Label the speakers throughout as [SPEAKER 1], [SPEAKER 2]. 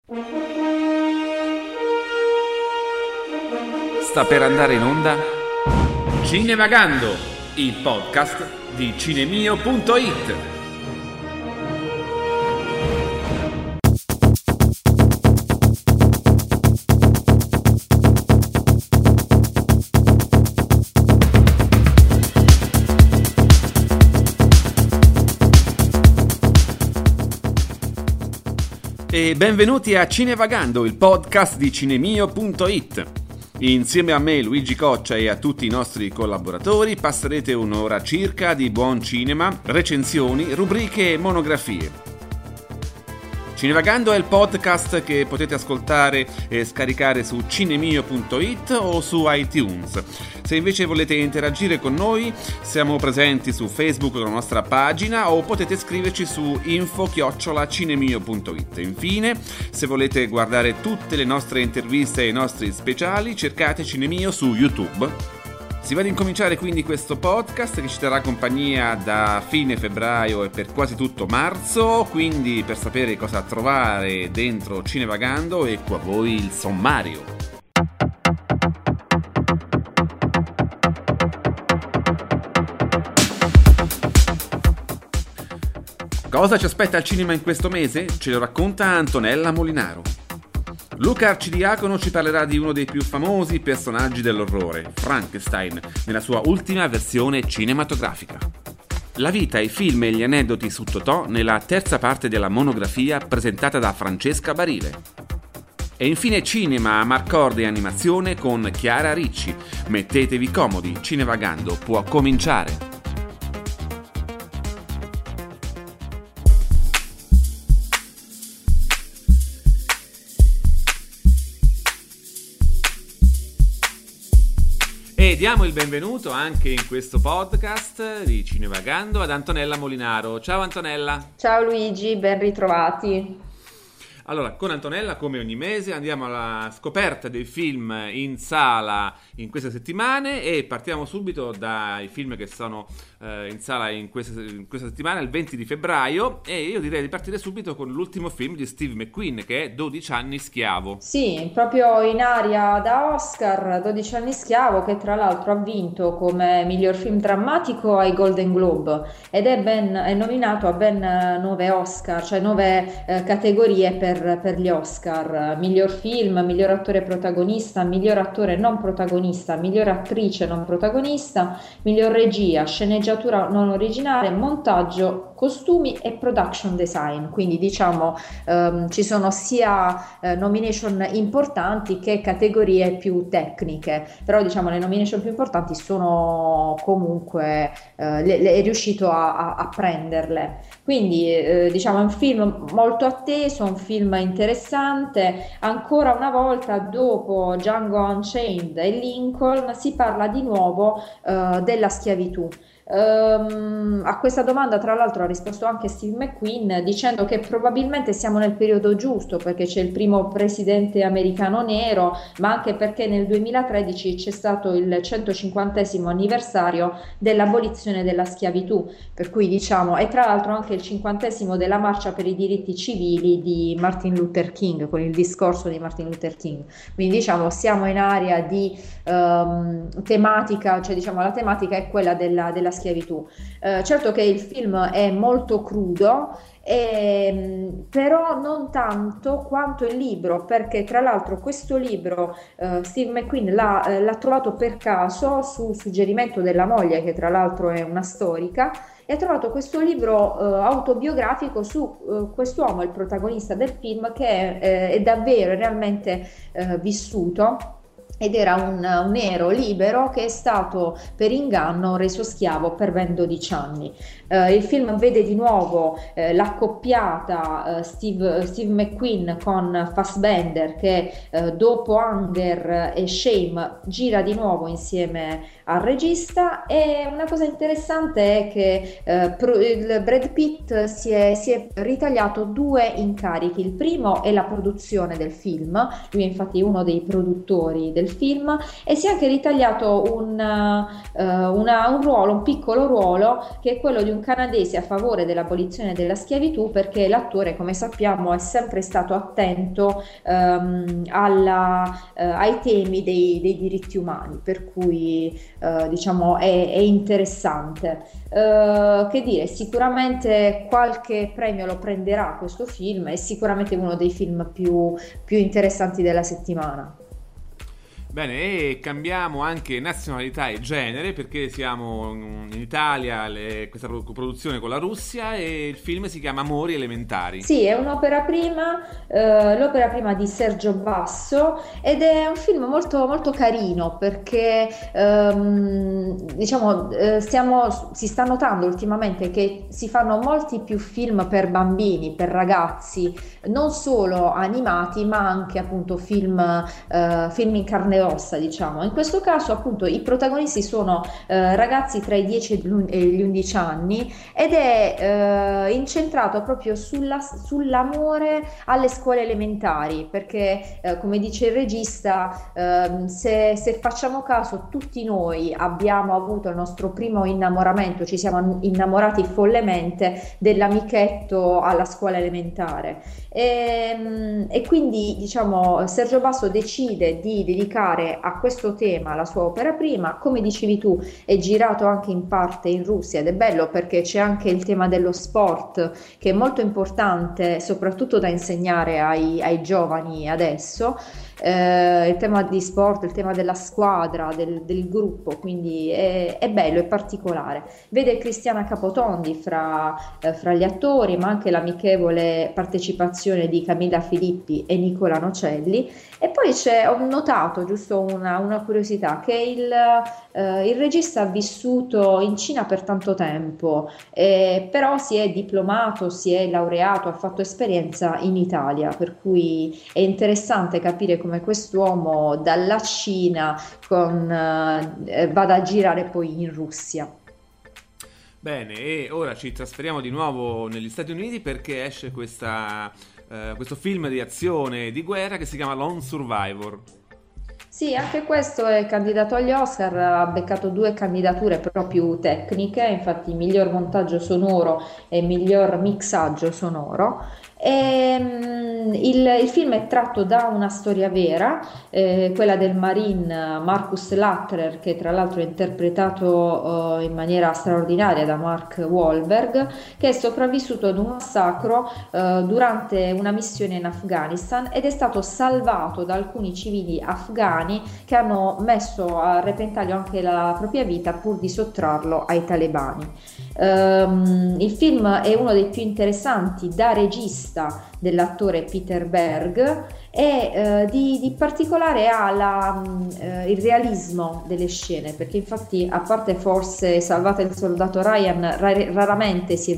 [SPEAKER 1] Sta per andare in onda Cinevagando, il podcast di cinemio.it. E benvenuti a Cinevagando, il podcast di cinemio.it. Insieme a me, Luigi Coccia, e a tutti i nostri collaboratori passerete un'ora circa di buon cinema, recensioni, rubriche e monografie. Cinevagando è il podcast che potete ascoltare e scaricare su cinemio.it o su iTunes. Se invece volete interagire con noi, siamo presenti su Facebook con la nostra pagina o potete scriverci su info@cinemio.it. Infine, se volete guardare tutte le nostre interviste e i nostri speciali, cercate Cinemio su YouTube. Si va ad incominciare quindi questo podcast che ci terrà compagnia da fine febbraio e per quasi tutto marzo, quindi per sapere cosa trovare dentro Cinevagando, ecco a voi il sommario. Cosa ci aspetta al cinema in questo mese? Ce lo racconta Antonella Molinaro. Luca Arcidiacono ci parlerà di uno dei più famosi personaggi dell'orrore, Frankenstein, nella sua ultima versione cinematografica. La vita, i film e gli aneddoti su Totò nella terza parte della monografia presentata da Francesca Barile. E infine cinema, Marcord e animazione con Chiara Ricci. Mettetevi comodi, Cinevagando può cominciare. E diamo il benvenuto anche in questo podcast di Cinevagando ad Antonella Molinaro. Ciao Antonella.
[SPEAKER 2] Ciao Luigi, ben ritrovati.
[SPEAKER 1] Allora, con Antonella, come ogni mese, andiamo alla scoperta dei film in sala in queste settimane e partiamo subito dai film che sono in sala in questa settimana, il 20 di febbraio, e io direi di partire subito con l'ultimo film di Steve McQueen, che è 12 anni schiavo.
[SPEAKER 2] Sì, proprio in aria da Oscar, 12 anni schiavo, che tra l'altro ha vinto come miglior film drammatico ai Golden Globe ed è nominato a ben 9 Oscar, cioè 9 categorie per gli Oscar: miglior film, miglior attore protagonista, miglior attore non protagonista, miglior attrice non protagonista, miglior regia, sceneggiatura non originale, montaggio, costumi e production design. Quindi diciamo ci sono sia nomination importanti che categorie più tecniche, però diciamo le nomination più importanti sono comunque è riuscito a prenderle. Quindi diciamo è un film molto atteso, un film interessante. Ancora una volta, dopo Django Unchained e Lincoln, si parla di nuovo della schiavitù. A questa domanda tra l'altro ha risposto anche Steve McQueen dicendo che probabilmente siamo nel periodo giusto perché c'è il primo presidente americano nero, ma anche perché nel 2013 c'è stato il 150° anniversario dell'abolizione della schiavitù, per cui diciamo, e tra l'altro anche il 50° della marcia per i diritti civili di Martin Luther King, con il discorso di Martin Luther King. Quindi diciamo siamo in area di tematica, cioè diciamo la tematica è quella della schiavitù. Certo che il film è molto crudo, però non tanto quanto il libro, perché tra l'altro questo libro Steve McQueen l'ha trovato per caso su suggerimento della moglie, che tra l'altro è una storica, e ha trovato questo libro autobiografico su quest'uomo, il protagonista del film, che è davvero realmente vissuto. Ed era un nero libero che è stato per inganno reso schiavo per ben 12 anni. Il film vede di nuovo l'accoppiata Steve McQueen con Fassbender, che dopo Hunger e Shame gira di nuovo insieme al regista. E una cosa interessante è che il Brad Pitt si è ritagliato 2 incarichi. Il primo è la produzione del film, lui è infatti uno dei produttori del del film, e si è anche ritagliato un ruolo, un piccolo ruolo, che è quello di un canadese a favore dell'abolizione della schiavitù, perché l'attore, come sappiamo, è sempre stato attento ai temi dei diritti umani, per cui diciamo è interessante. Che dire, sicuramente qualche premio lo prenderà questo film, è sicuramente uno dei film più interessanti della settimana.
[SPEAKER 1] Bene, e cambiamo anche nazionalità e genere perché siamo in Italia, questa produzione con la Russia, e il film si chiama Amori elementari.
[SPEAKER 2] Sì, è un'opera prima, l'opera prima di Sergio Basso, ed è un film molto, molto carino perché diciamo, si sta notando ultimamente che si fanno molti più film per bambini, per ragazzi, non solo animati, ma anche appunto film in carne e ossa, diciamo. In questo caso appunto i protagonisti sono ragazzi tra i 10 e gli 11 anni, ed è incentrato proprio sull'amore alle scuole elementari, perché come dice il regista, se facciamo caso, tutti noi abbiamo avuto il nostro primo innamoramento, ci siamo innamorati follemente dell'amichetto alla scuola elementare. E quindi diciamo Sergio Basso decide di dedicare a questo tema la sua opera prima. Come dicevi tu, è girato anche in parte in Russia, ed è bello perché c'è anche il tema dello sport, che è molto importante soprattutto da insegnare ai giovani adesso. Il tema di sport, il tema della squadra, del gruppo, quindi è bello, è particolare. Vede Cristiana Capotondi fra gli attori, ma anche l'amichevole partecipazione di Camilla Filippi e Nicola Nocelli. E poi ho notato, giusto una curiosità, che il regista ha vissuto in Cina per tanto tempo, però si è diplomato, si è laureato, ha fatto esperienza in Italia, per cui è interessante capire come quest'uomo dalla Cina vada a girare poi in Russia.
[SPEAKER 1] Bene, e ora ci trasferiamo di nuovo negli Stati Uniti perché esce questo film di azione e di guerra che si chiama Lone Survivor.
[SPEAKER 2] Sì, anche questo è candidato agli Oscar, ha beccato due candidature però più tecniche, infatti miglior montaggio sonoro e miglior mixaggio sonoro. Il film è tratto da una storia vera, quella del Marine Marcus Luttrell, che tra l'altro è interpretato in maniera straordinaria da Mark Wahlberg, che è sopravvissuto ad un massacro durante una missione in Afghanistan, ed è stato salvato da alcuni civili afghani che hanno messo a repentaglio anche la propria vita pur di sottrarlo ai talebani. Il film è uno dei più interessanti da regista dell'attore Peter Berg, e di particolare ha il realismo delle scene, perché infatti, a parte forse Salvate il soldato Ryan, raramente si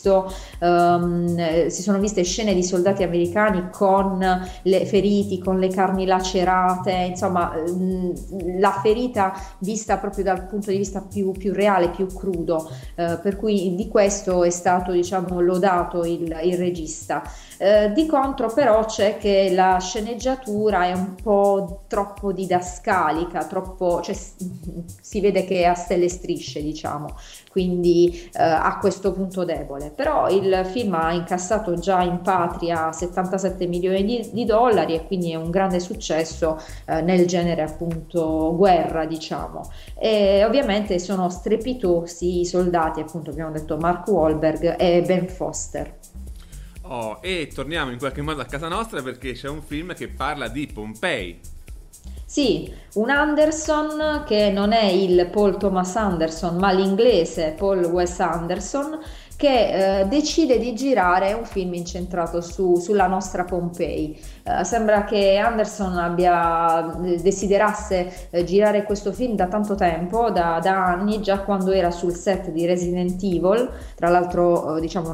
[SPEAKER 2] sono viste scene di soldati americani con le feriti, con le carni lacerate, insomma la ferita vista proprio dal punto di vista più reale, più crudo, per cui di questo è stato, diciamo, lodato il regista. Di contro però c'è che la sceneggiatura è un po' troppo didascalica, cioè, si vede che è a stelle e strisce, diciamo, quindi ha questo punto debole. Però il film ha incassato già in patria 77 milioni di dollari, e quindi è un grande successo nel genere appunto guerra, diciamo. E ovviamente sono strepitosi i soldati, appunto abbiamo detto Mark Wahlberg e Ben Foster.
[SPEAKER 1] Oh, e torniamo in qualche modo a casa nostra perché c'è un film che parla di Pompei.
[SPEAKER 2] Sì, un Anderson che non è il Paul Thomas Anderson, ma l'inglese Paul Wes Anderson, che decide di girare un film incentrato sulla nostra Pompei. Sembra che Anderson desiderasse girare questo film da tanto tempo, da anni, già quando era sul set di Resident Evil. Tra l'altro, diciamo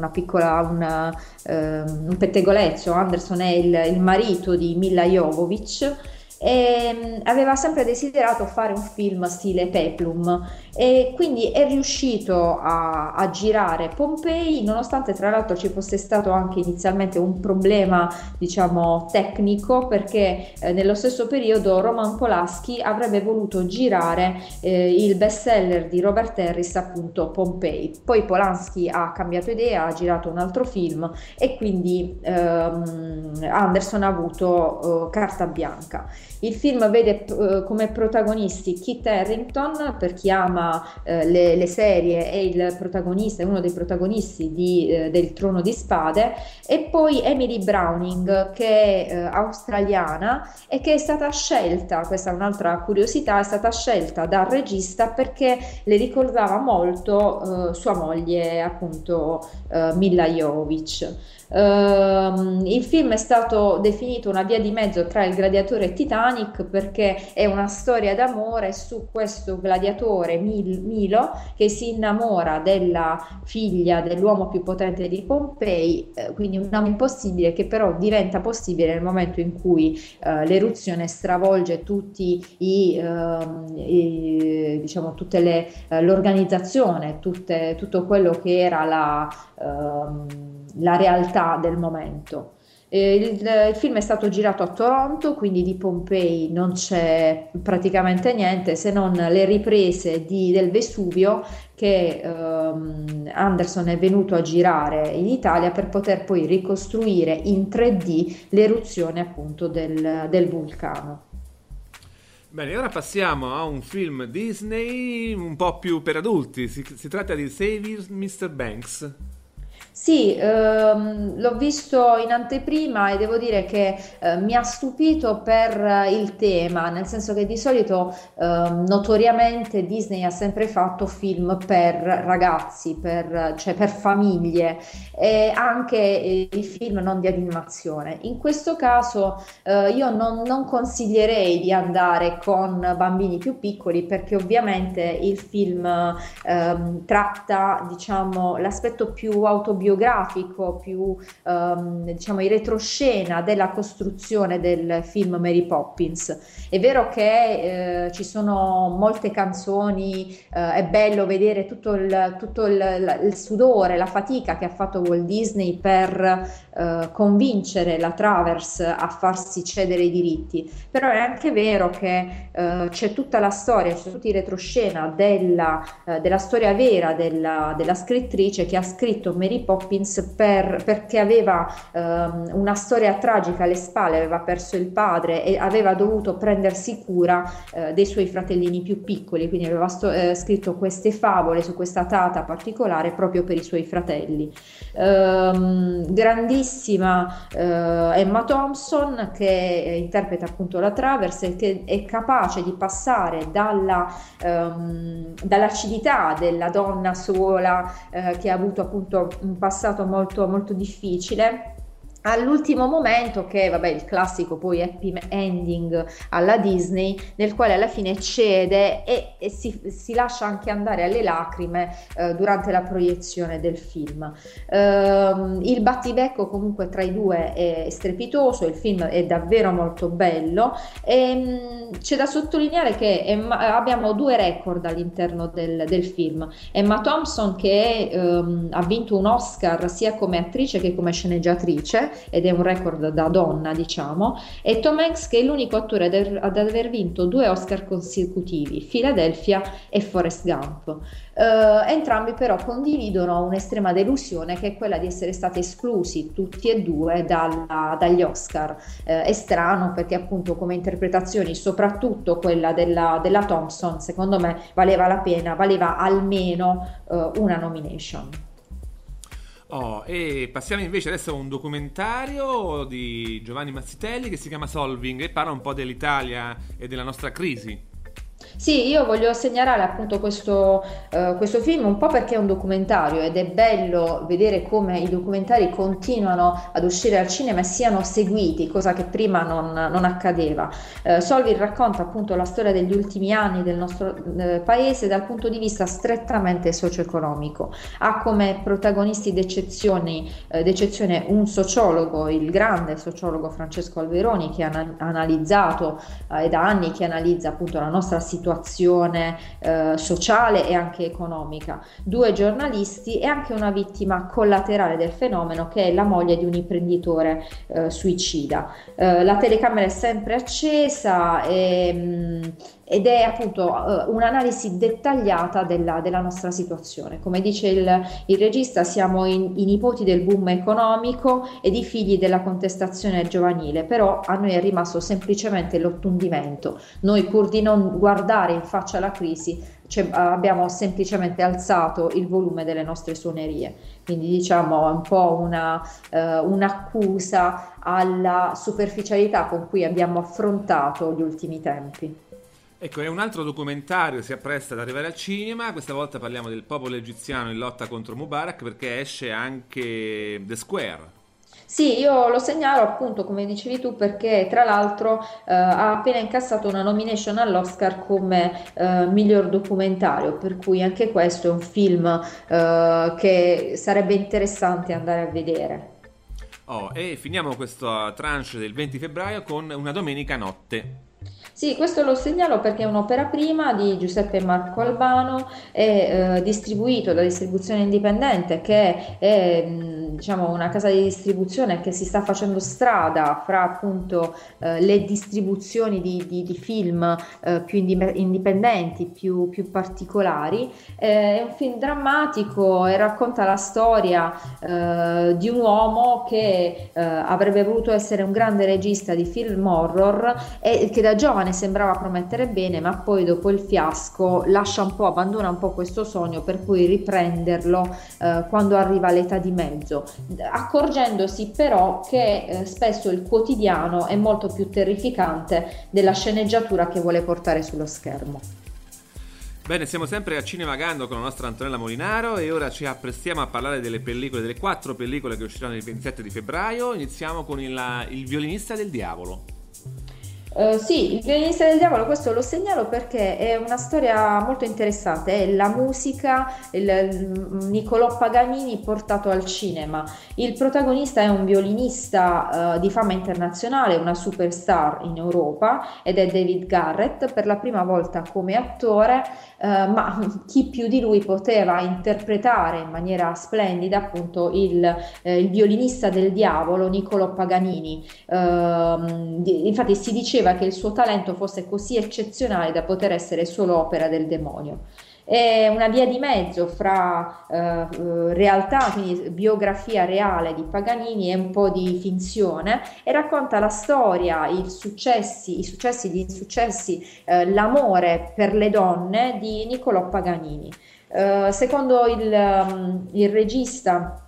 [SPEAKER 2] un pettegolezzo: Anderson è il marito di Milla Jovovich. e aveva sempre desiderato fare un film stile Peplum e quindi è riuscito a girare Pompei, nonostante tra l'altro ci fosse stato anche inizialmente un problema, diciamo, tecnico, perché nello stesso periodo Roman Polanski avrebbe voluto girare il bestseller di Robert Harris, appunto Pompei. Poi Polanski ha cambiato idea, ha girato un altro film e quindi Anderson ha avuto carta bianca. Il film vede come protagonisti Kit Harington, per chi ama le serie, è il protagonista, è uno dei protagonisti del Trono di Spade, e poi Emily Browning, che è australiana e che è stata scelta, questa è un'altra curiosità, è stata scelta dal regista perché le ricordava molto sua moglie, appunto Milla Jovovich. Il film è stato definito una via di mezzo tra Il Gladiatore e Titanic, perché è una storia d'amore su questo gladiatore Milo, che si innamora della figlia dell'uomo più potente di Pompei, quindi un amore impossibile che però diventa possibile nel momento in cui l'eruzione stravolge diciamo, l'organizzazione, tutto quello che era la realtà del momento. Il film è stato girato a Toronto, quindi di Pompei non c'è praticamente niente se non le riprese del Vesuvio che Anderson è venuto a girare in Italia per poter poi ricostruire in 3D l'eruzione appunto del vulcano.
[SPEAKER 1] Bene, ora passiamo a un film Disney un po' più per adulti. Si tratta di Save Mr. Banks.
[SPEAKER 2] Sì, l'ho visto in anteprima e devo dire che mi ha stupito per il tema, nel senso che di solito notoriamente Disney ha sempre fatto film per ragazzi, cioè per famiglie, e anche i film non di animazione. In questo caso io non consiglierei di andare con bambini più piccoli, perché ovviamente il film tratta, diciamo, l'aspetto più autobiografico, più diciamo in retroscena della costruzione del film Mary Poppins. È vero che ci sono molte canzoni, è bello vedere tutto il sudore, la fatica che ha fatto Walt Disney per convincere la Travers a farsi cedere i diritti, però è anche vero che c'è tutta la storia, c'è tutta in retroscena della storia vera della scrittrice che ha scritto Mary Poppins perché aveva una storia tragica alle spalle, aveva perso il padre e aveva dovuto prendersi cura dei suoi fratellini più piccoli, quindi aveva scritto queste favole su questa data particolare proprio per i suoi fratelli. Grandissima Emma Thompson, che interpreta appunto la Travers e che è capace di passare dall'acidità della donna sola che ha avuto appunto un passato molto, molto difficile, all'ultimo momento, che vabbè, il classico poi happy ending alla Disney, nel quale alla fine cede e si lascia anche andare alle lacrime durante la proiezione del film. Il battibecco comunque tra i due è strepitoso, il film è davvero molto bello e c'è da sottolineare che abbiamo due record all'interno del film. Emma Thompson, che ha vinto un Oscar sia come attrice che come sceneggiatrice, ed è un record da donna, diciamo, e Tom Hanks, che è l'unico attore ad aver vinto 2 Oscar consecutivi, Philadelphia e Forrest Gump. Entrambi però condividono un'estrema delusione, che è quella di essere stati esclusi tutti e due dagli Oscar. È strano, perché appunto come interpretazioni, soprattutto quella della Thompson, secondo me valeva la pena, valeva almeno una nomination.
[SPEAKER 1] Oh, e passiamo invece adesso a un documentario di Giovanni Mazzitelli che si chiama Solving e parla un po' dell'Italia e della nostra crisi.
[SPEAKER 2] Sì, io voglio segnalare appunto questo film un po' perché è un documentario ed è bello vedere come i documentari continuano ad uscire al cinema e siano seguiti, cosa che prima non accadeva. Solvit racconta appunto la storia degli ultimi anni del nostro paese dal punto di vista strettamente socio-economico. Ha come protagonisti d'eccezione un sociologo, il grande sociologo Francesco Alberoni, che ha analizzato è da anni che analizza appunto la nostra situazione sociale e anche economica. Due giornalisti e anche una vittima collaterale del fenomeno che è la moglie di un imprenditore suicida. La telecamera è sempre accesa ed è appunto un'analisi dettagliata della nostra situazione. Come dice il regista, siamo i nipoti del boom economico ed i figli della contestazione giovanile, però a noi è rimasto semplicemente l'ottundimento. Noi, pur di non guardare in faccia la crisi, abbiamo semplicemente alzato il volume delle nostre suonerie. Quindi diciamo è un po' un'accusa alla superficialità con cui abbiamo affrontato gli ultimi tempi.
[SPEAKER 1] Ecco, è un altro documentario, si appresta ad arrivare al cinema, questa volta parliamo del popolo egiziano in lotta contro Mubarak perché esce anche The Square.
[SPEAKER 2] Sì, io lo segnalo appunto come dicevi tu perché tra l'altro ha appena incassato una nomination all'Oscar come miglior documentario, per cui anche questo è un film che sarebbe interessante andare a vedere.
[SPEAKER 1] Oh, e finiamo questa tranche del 20 febbraio con Una domenica notte.
[SPEAKER 2] Sì, questo lo segnalo perché è un'opera prima di Giuseppe Marco Albano, è distribuito da distribuzione indipendente, che è diciamo una casa di distribuzione che si sta facendo strada fra appunto le distribuzioni di film più indipendenti, più particolari. È un film drammatico e racconta la storia di un uomo che avrebbe voluto essere un grande regista di film horror e che da giovane sembrava promettere bene, ma poi dopo il fiasco lascia un po', abbandona un po' questo sogno per poi riprenderlo quando arriva all'età di mezzo, accorgendosi però che spesso il quotidiano è molto più terrificante della sceneggiatura che vuole portare sullo schermo.
[SPEAKER 1] Bene, siamo sempre a Cinemagando con la nostra Antonella Molinaro e ora ci apprestiamo a parlare delle pellicole, delle 4 pellicole che usciranno il 27 di febbraio. Iniziamo con il violinista del diavolo.
[SPEAKER 2] Sì, il violinista del diavolo, questo lo segnalo perché è una storia molto interessante, è la musica, Niccolò Paganini portato al cinema. Il protagonista è un violinista di fama internazionale, una superstar in Europa ed è David Garrett, per la prima volta come attore, ma chi più di lui poteva interpretare in maniera splendida appunto il violinista del diavolo, Niccolò Paganini. Infatti si diceva che il suo talento fosse così eccezionale da poter essere solo opera del demonio. È una via di mezzo fra realtà, quindi biografia reale di Paganini e un po' di finzione, e racconta la storia, i successi, gli insuccessi, l'amore per le donne di Niccolò Paganini. Secondo il regista,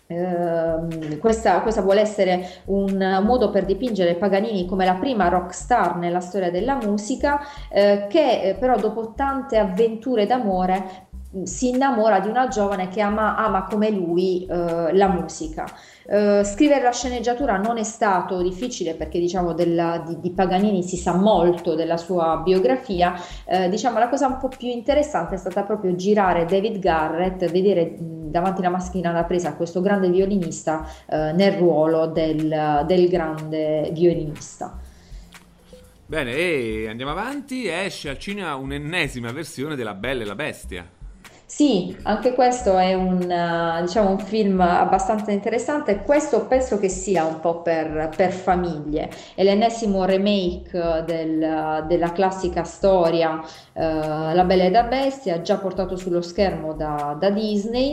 [SPEAKER 2] questa vuole essere un modo per dipingere Paganini come la prima rock star nella storia della musica, che però dopo tante avventure d'amore si innamora di una giovane che ama come lui la musica. Scrivere la sceneggiatura non è stato difficile perché diciamo di Paganini si sa molto della sua biografia. Diciamo la cosa un po' più interessante è stata proprio girare David Garrett, vedere davanti alla macchina da presa questo grande violinista nel ruolo del grande violinista.
[SPEAKER 1] Bene, e andiamo avanti, esce al cinema un'ennesima versione della Bella e la Bestia.
[SPEAKER 2] Sì, anche questo è diciamo, un film abbastanza interessante. Questo penso che sia un po' per famiglie. È l'ennesimo remake della classica storia La Bella e la Bestia, già portato sullo schermo da Disney.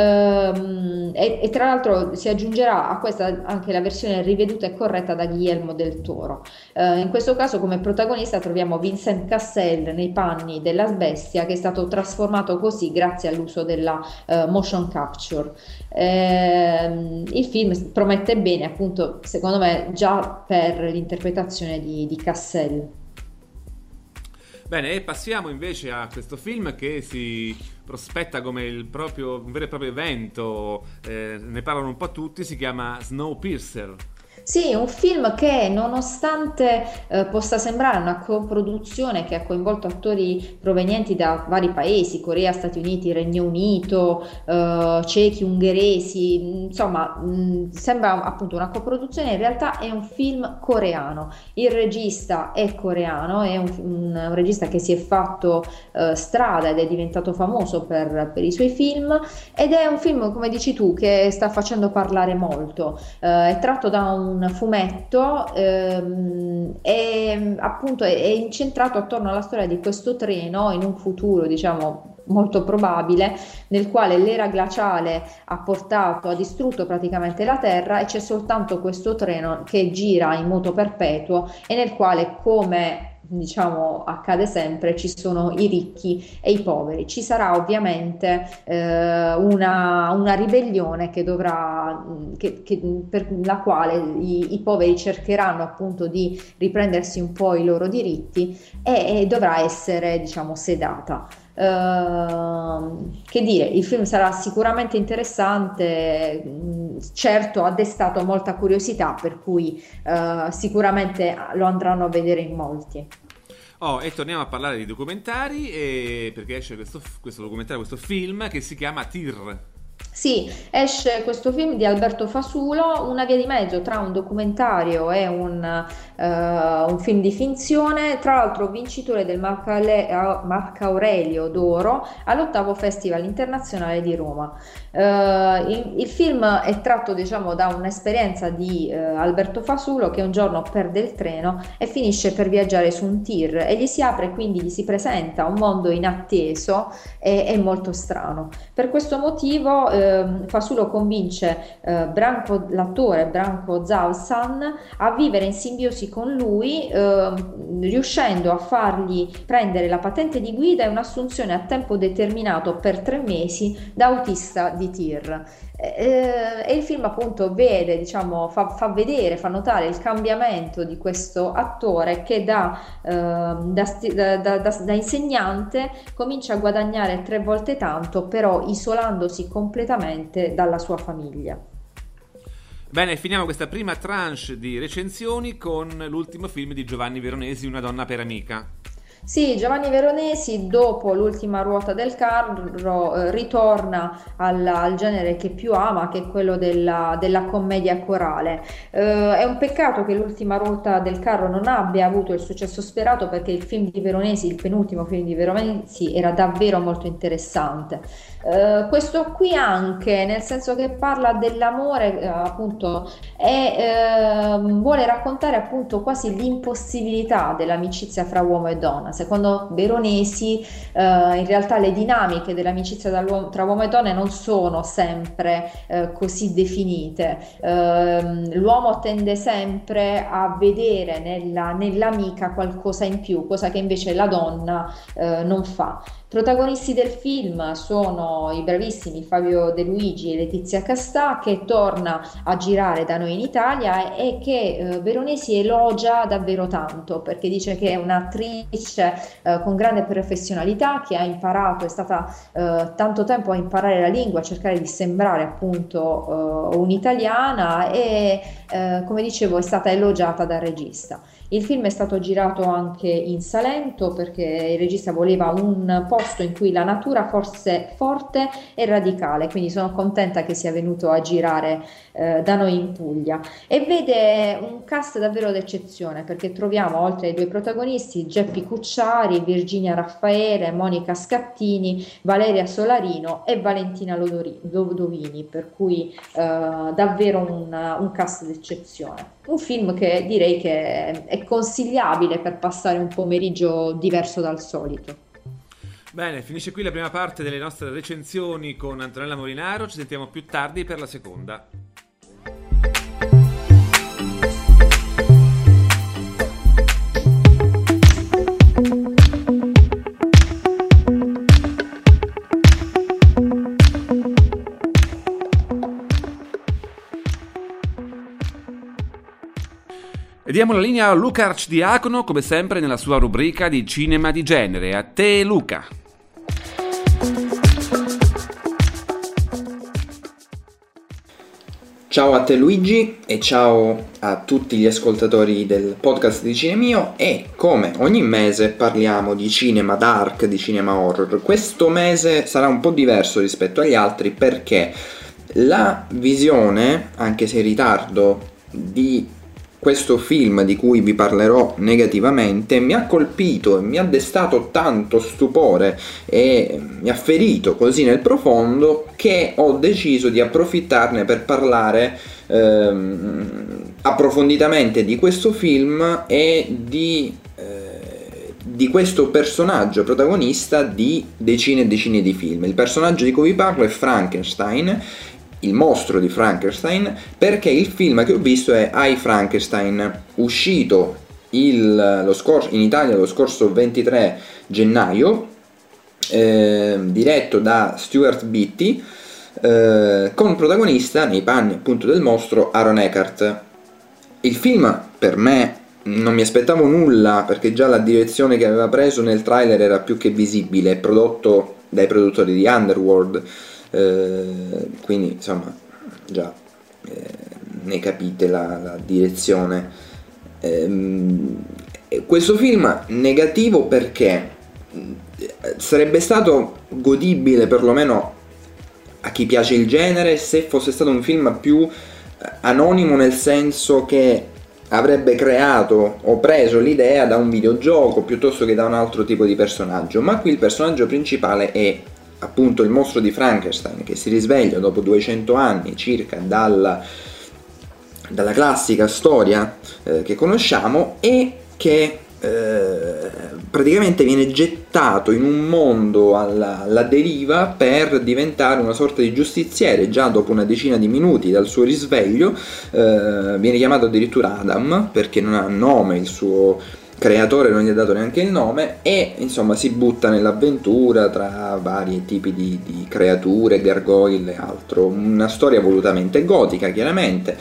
[SPEAKER 2] E tra l'altro si aggiungerà a questa anche la versione riveduta e corretta da Guillermo del Toro. In questo caso come protagonista troviamo Vincent Cassel nei panni della bestia, che è stato trasformato così grazie all'uso della motion capture. Il film promette bene, appunto, secondo me, già per l'interpretazione di Cassel.
[SPEAKER 1] Bene, e passiamo invece a questo film che si prospetta come un vero e proprio evento, ne parlano un po' tutti, si chiama Snowpiercer.
[SPEAKER 2] Sì, un film che nonostante possa sembrare una coproduzione che ha coinvolto attori provenienti da vari paesi, Corea, Stati Uniti, Regno Unito, cechi, ungheresi, insomma, sembra appunto una coproduzione, in realtà è un film coreano. Il regista è coreano, è un regista che si è fatto strada ed è diventato famoso per i suoi film ed è un film, come dici tu, che sta facendo parlare molto. È tratto da un fumetto e appunto è incentrato attorno alla storia di questo treno in un futuro, diciamo, molto probabile, nel quale l'era glaciale ha distrutto praticamente la Terra e c'è soltanto questo treno che gira in moto perpetuo e nel quale, come diciamo accade sempre, ci sono i ricchi e i poveri. Ci sarà ovviamente una ribellione che dovrà, per la quale i poveri cercheranno appunto di riprendersi un po' i loro diritti e dovrà essere, diciamo, sedata. Che dire, il film sarà sicuramente interessante, certo ha destato molta curiosità, per cui sicuramente lo andranno a vedere in molti.
[SPEAKER 1] Oh, e torniamo a parlare di documentari, perché esce questo documentario, questo film che si chiama Tir.
[SPEAKER 2] Sì, esce questo film di Alberto Fasulo, una via di mezzo tra un documentario e un film di finzione, tra l'altro vincitore del Marco Aurelio d'Oro all'8º Festival Internazionale di Roma. Il film è tratto, diciamo, da un'esperienza di Alberto Fasulo che un giorno perde il treno e finisce per viaggiare su un tir e gli si apre, quindi gli si presenta un mondo inatteso e molto strano. Per questo motivo Fasulo convince l'attore Branko Zalsan a vivere in simbiosi con lui, riuscendo a fargli prendere la patente di guida e un'assunzione a tempo determinato per 3 mesi da autista di tir. E il film appunto vede, diciamo, fa vedere, fa notare il cambiamento di questo attore che da insegnante comincia a guadagnare 3 volte tanto, però isolandosi completamente dalla sua famiglia.
[SPEAKER 1] Bene, finiamo questa prima tranche di recensioni con l'ultimo film di Giovanni Veronesi, Una donna per amica.
[SPEAKER 2] Sì, Giovanni Veronesi, dopo l'ultima ruota del carro, ritorna al genere che più ama, che è quello della commedia corale. È un peccato che l'ultima ruota del carro non abbia avuto il successo sperato, perché il film di Veronesi, il penultimo film di Veronesi, era davvero molto interessante. Questo qui anche, nel senso che parla dell'amore, appunto, e vuole raccontare appunto quasi l'impossibilità dell'amicizia fra uomo e donna. Secondo Veronesi, in realtà le dinamiche dell'amicizia tra uomo e donna non sono sempre così definite. L'uomo tende sempre a vedere nell'amica qualcosa in più, cosa che invece la donna non fa. Protagonisti del film sono i bravissimi Fabio De Luigi e Letizia Castà, che torna a girare da noi in Italia e che Veronesi elogia davvero tanto, perché dice che è un'attrice con grande professionalità, che ha imparato, è stata tanto tempo a imparare la lingua, a cercare di sembrare appunto un'italiana e come dicevo è stata elogiata dal regista. Il film è stato girato anche in Salento, perché il regista voleva un posto in cui la natura fosse forte e radicale, quindi sono contenta che sia venuto a girare da noi in Puglia, e vede un cast davvero d'eccezione, perché troviamo, oltre ai 2 protagonisti, Geppi Cucciari, Virginia Raffaele, Monica Scattini, Valeria Solarino e Valentina Lodovini, per cui davvero un cast d'eccezione. Un film che direi che è consigliabile per passare un pomeriggio diverso dal solito.
[SPEAKER 1] Bene, finisce qui la prima parte delle nostre recensioni con Antonella Molinaro, ci sentiamo più tardi per la seconda. Ed diamo la linea a Luca Arcidiacono, come sempre nella sua rubrica di cinema di genere. A te, Luca.
[SPEAKER 3] Ciao a te Luigi e ciao a tutti gli ascoltatori del podcast di Cinemio, e come ogni mese parliamo di cinema dark, di cinema horror. Questo mese sarà un po' diverso rispetto agli altri perché la visione, anche se in ritardo, di questo film di cui vi parlerò negativamente mi ha colpito e mi ha destato tanto stupore e mi ha ferito così nel profondo che ho deciso di approfittarne per parlare approfonditamente di questo film e di questo personaggio protagonista di decine e decine di film. Il personaggio di cui vi parlo è Frankenstein, il mostro di Frankenstein, perché il film che ho visto è I, Frankenstein, uscito in Italia lo scorso 23 gennaio, diretto da Stuart Beattie, con protagonista nei panni appunto del mostro Aaron Eckhart. Il film per me non mi aspettavo nulla, perché già la direzione che aveva preso nel trailer era più che visibile, prodotto dai produttori di Underworld. Quindi insomma già ne capite la direzione. Questo film negativo perché sarebbe stato godibile perlomeno a chi piace il genere se fosse stato un film più anonimo, nel senso che avrebbe creato o preso l'idea da un videogioco piuttosto che da un altro tipo di personaggio. Ma qui il personaggio principale è appunto il mostro di Frankenstein, che si risveglia dopo 200 anni circa dalla classica storia che conosciamo, e che praticamente viene gettato in un mondo alla deriva per diventare una sorta di giustiziere. Già dopo una decina di minuti dal suo risveglio viene chiamato addirittura Adam, perché non ha nome, il suo creatore non gli ha dato neanche il nome, e insomma si butta nell'avventura tra vari tipi di creature, gargoyle e altro. Una storia volutamente gotica, chiaramente,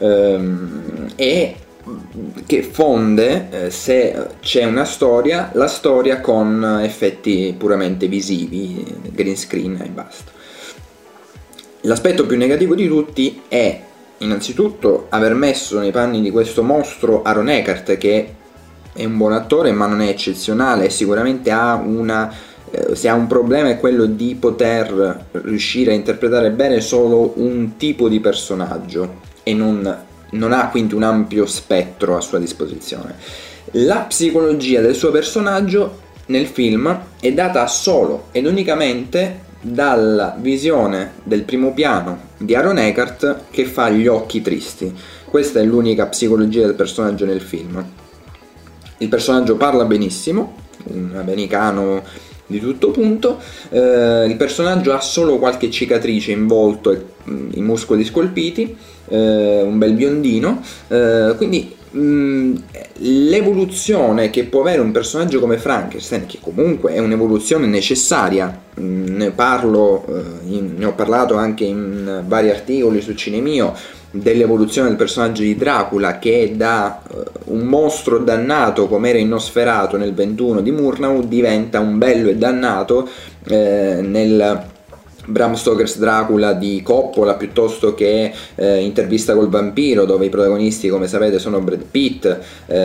[SPEAKER 3] e che fonde, se c'è una storia, la storia con effetti puramente visivi, green screen e basta. L'aspetto più negativo di tutti è innanzitutto aver messo nei panni di questo mostro Aaron Eckhart, che è un buon attore ma non è eccezionale, e sicuramente se ha un problema è quello di poter riuscire a interpretare bene solo un tipo di personaggio e non ha quindi un ampio spettro a sua disposizione. La psicologia del suo personaggio nel film è data solo ed unicamente dalla visione del primo piano di Aaron Eckhart, che fa gli occhi tristi. Questa è l'unica psicologia del personaggio nel film. Il personaggio parla benissimo, un americano di tutto punto. Il personaggio ha solo qualche cicatrice in volto e i muscoli scolpiti, un bel biondino, quindi l'evoluzione che può avere un personaggio come Frankenstein, che comunque è un'evoluzione necessaria, ne ho parlato anche in vari articoli su Cinemio, dell'evoluzione del personaggio di Dracula, che da un mostro dannato come era in Nosferatu nel 21 di Murnau diventa un bello e dannato nel Bram Stoker's Dracula di Coppola, piuttosto che Intervista col vampiro, dove i protagonisti, come sapete, sono Brad Pitt.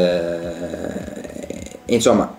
[SPEAKER 3] Insomma,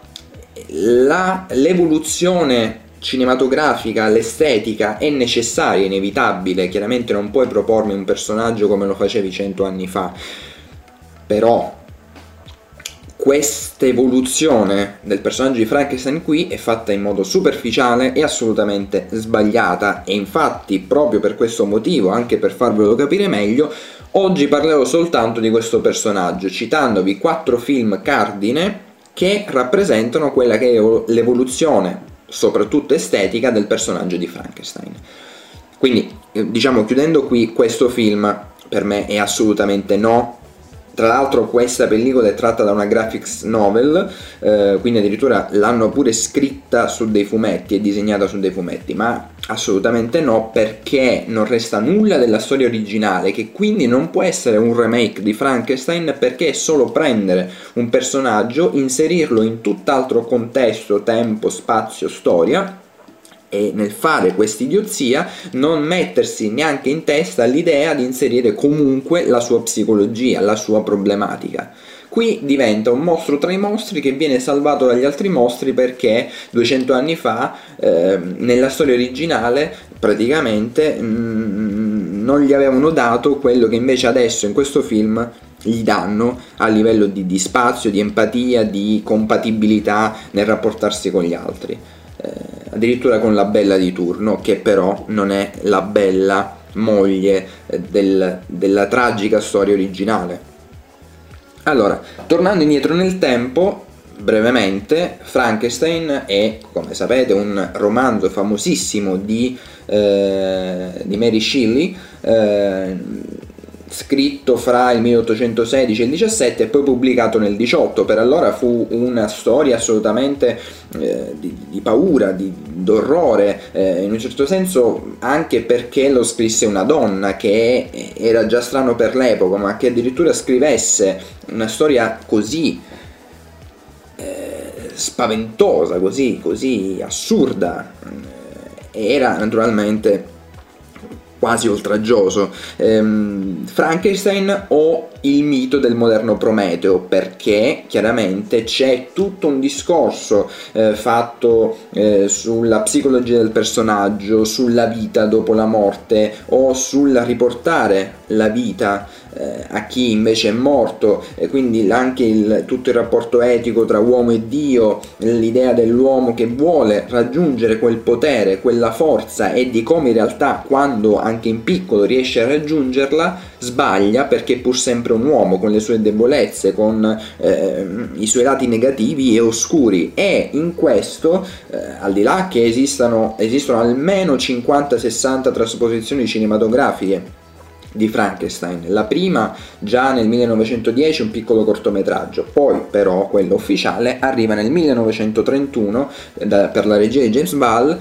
[SPEAKER 3] l'evoluzione cinematografica, l'estetica è necessaria, inevitabile. Chiaramente non puoi propormi un personaggio come lo facevi 100 anni fa, però questa evoluzione del personaggio di Frankenstein qui è fatta in modo superficiale e assolutamente sbagliata, e infatti proprio per questo motivo, anche per farvelo capire meglio, oggi parlerò soltanto di questo personaggio, citandovi 4 film cardine che rappresentano quella che è l'evoluzione, soprattutto estetica, del personaggio di Frankenstein. Quindi, diciamo, chiudendo qui, questo film per me è assolutamente no, Tra l'altro questa pellicola è tratta da una graphics novel, quindi addirittura l'hanno pure scritta su dei fumetti e disegnata su dei fumetti, ma assolutamente no, perché non resta nulla della storia originale, che quindi non può essere un remake di Frankenstein, perché è solo prendere un personaggio, inserirlo in tutt'altro contesto, tempo, spazio, storia, e nel fare quest'idiozia non mettersi neanche in testa l'idea di inserire comunque la sua psicologia, la sua problematica. Qui diventa un mostro tra i mostri che viene salvato dagli altri mostri perché 200 anni fa, nella storia originale, praticamente non gli avevano dato quello che invece adesso in questo film gli danno a livello di spazio, di empatia, di compatibilità nel rapportarsi con gli altri. Addirittura con la bella di turno, che però non è la bella moglie della tragica storia originale. Allora, tornando indietro nel tempo, brevemente, Frankenstein è, come sapete, un romanzo famosissimo di Mary Shelley, scritto fra il 1816 e il 17 e poi pubblicato nel 18. Per allora fu una storia assolutamente di paura, d'orrore, in un certo senso, anche perché lo scrisse una donna, che era già strano per l'epoca, ma che addirittura scrivesse una storia così spaventosa, così assurda, era naturalmente quasi oltraggioso. Frankenstein o il mito del moderno Prometeo, perché chiaramente c'è tutto un discorso fatto sulla psicologia del personaggio, sulla vita dopo la morte o sul riportare la vita a chi invece è morto, e quindi anche tutto il rapporto etico tra uomo e Dio, l'idea dell'uomo che vuole raggiungere quel potere, quella forza, e di come in realtà quando anche in piccolo riesce a raggiungerla sbaglia, perché è pur sempre un uomo con le sue debolezze, con i suoi lati negativi e oscuri. E in questo, al di là che esistono almeno 50-60 trasposizioni cinematografiche di Frankenstein, la prima già nel 1910, un piccolo cortometraggio, poi però quello ufficiale arriva nel 1931 per la regia di James Ball,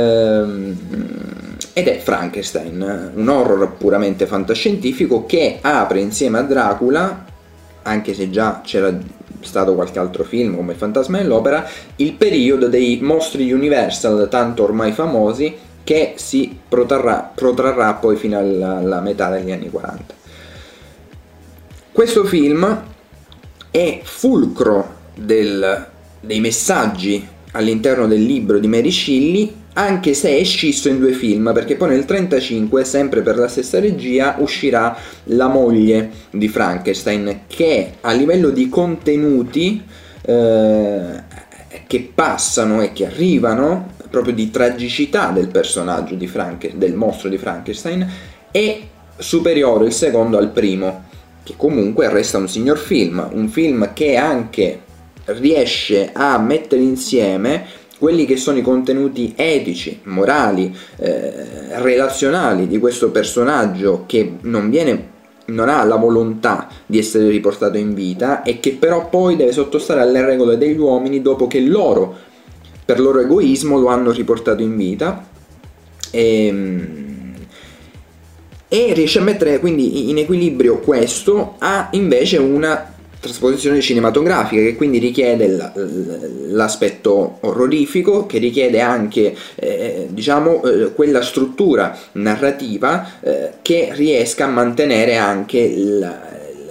[SPEAKER 3] ed è Frankenstein, un horror puramente fantascientifico che apre insieme a Dracula, anche se già c'era stato qualche altro film come Il fantasma dell'opera, il periodo dei mostri Universal, tanto ormai famosi, che si protrarrà poi fino alla metà degli anni 40. Questo film è fulcro dei messaggi all'interno del libro di Mary Shelley, anche se è scisso in due film, perché poi nel 1935, sempre per la stessa regia, uscirà La moglie di Frankenstein, che a livello di contenuti che passano e che arrivano, proprio di tragicità del personaggio del mostro di Frankenstein, è superiore il secondo al primo, che comunque resta un signor film, un film che anche riesce a mettere insieme quelli che sono i contenuti etici, morali, relazionali di questo personaggio, che non ha la volontà di essere riportato in vita, e che però poi deve sottostare alle regole degli uomini dopo che loro, per loro egoismo, lo hanno riportato in vita, e riesce a mettere quindi in equilibrio questo a invece una trasposizione cinematografica, che quindi richiede l'aspetto orrorifico, che richiede anche quella struttura narrativa che riesca a mantenere anche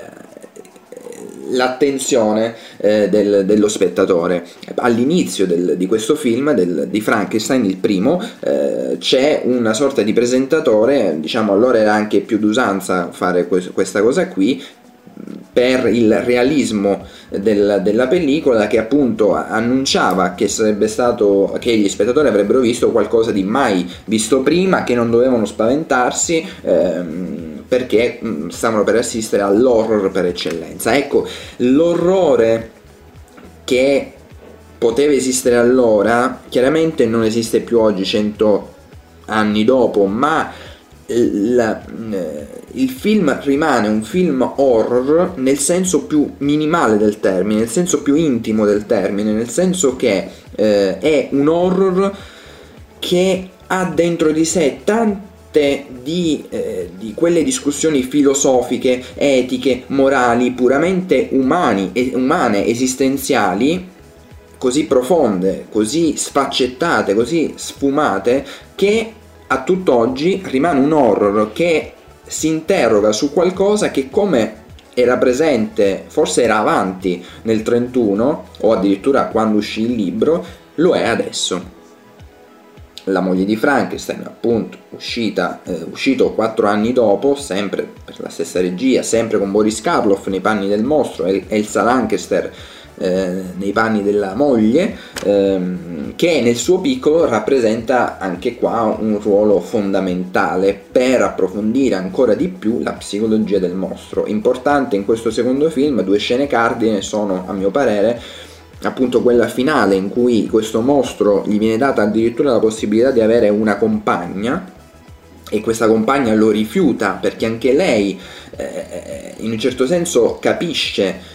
[SPEAKER 3] l'attenzione dello spettatore. All'inizio di questo film, di Frankenstein, il primo, c'è una sorta di presentatore, allora era anche più d'usanza fare questa cosa qui, per il realismo della pellicola, che appunto annunciava che che gli spettatori avrebbero visto qualcosa di mai visto prima, che non dovevano spaventarsi, perché stavano per assistere all'horror per eccellenza. Ecco, l'orrore che poteva esistere allora chiaramente non esiste più oggi, 100 anni dopo, ma il film rimane un film horror nel senso più minimale del termine, nel senso più intimo del termine, nel senso che è un horror che ha dentro di sé tante di quelle discussioni filosofiche, etiche, morali, puramente umane, esistenziali, così profonde, così sfaccettate, così sfumate, che a tutt'oggi rimane un horror che si interroga su qualcosa che, come era presente, forse era avanti nel 31 o addirittura quando uscì il libro, lo è adesso. La moglie di Frankenstein, appunto, uscito 4 anni dopo, sempre per la stessa regia, sempre con Boris Karloff nei panni del mostro e Elsa Lanchester nei panni della moglie, che nel suo piccolo rappresenta anche qua un ruolo fondamentale per approfondire ancora di più la psicologia del mostro. Importante in questo secondo film, 2 scene cardine sono, a mio parere, appunto quella finale in cui questo mostro gli viene data addirittura la possibilità di avere una compagna, e questa compagna lo rifiuta perché anche lei in un certo senso capisce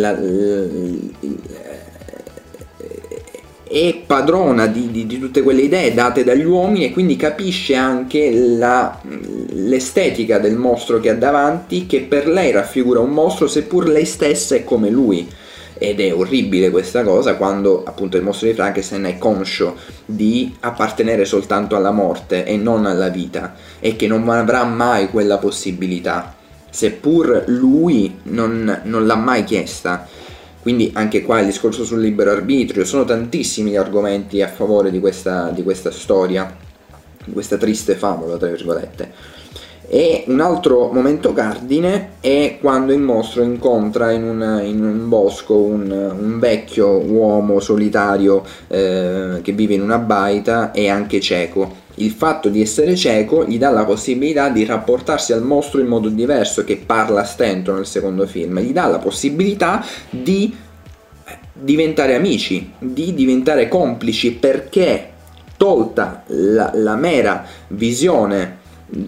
[SPEAKER 3] è padrona di tutte quelle idee date dagli uomini, e quindi capisce anche l'estetica del mostro che ha davanti, che per lei raffigura un mostro seppur lei stessa è come lui. Ed è orribile questa cosa, quando appunto il mostro di Frankenstein è conscio di appartenere soltanto alla morte e non alla vita, e che non avrà mai quella possibilità, seppur lui non l'ha mai chiesta. Quindi anche qua il discorso sul libero arbitrio, sono tantissimi gli argomenti a favore di questa storia, di questa triste favola, tra virgolette. E un altro momento cardine è quando il mostro incontra in un bosco un vecchio uomo solitario che vive in una baita e anche cieco. Il fatto di essere cieco gli dà la possibilità di rapportarsi al mostro in modo diverso, che parla a stento nel secondo film, gli dà la possibilità di diventare amici, di diventare complici, perché tolta la mera visione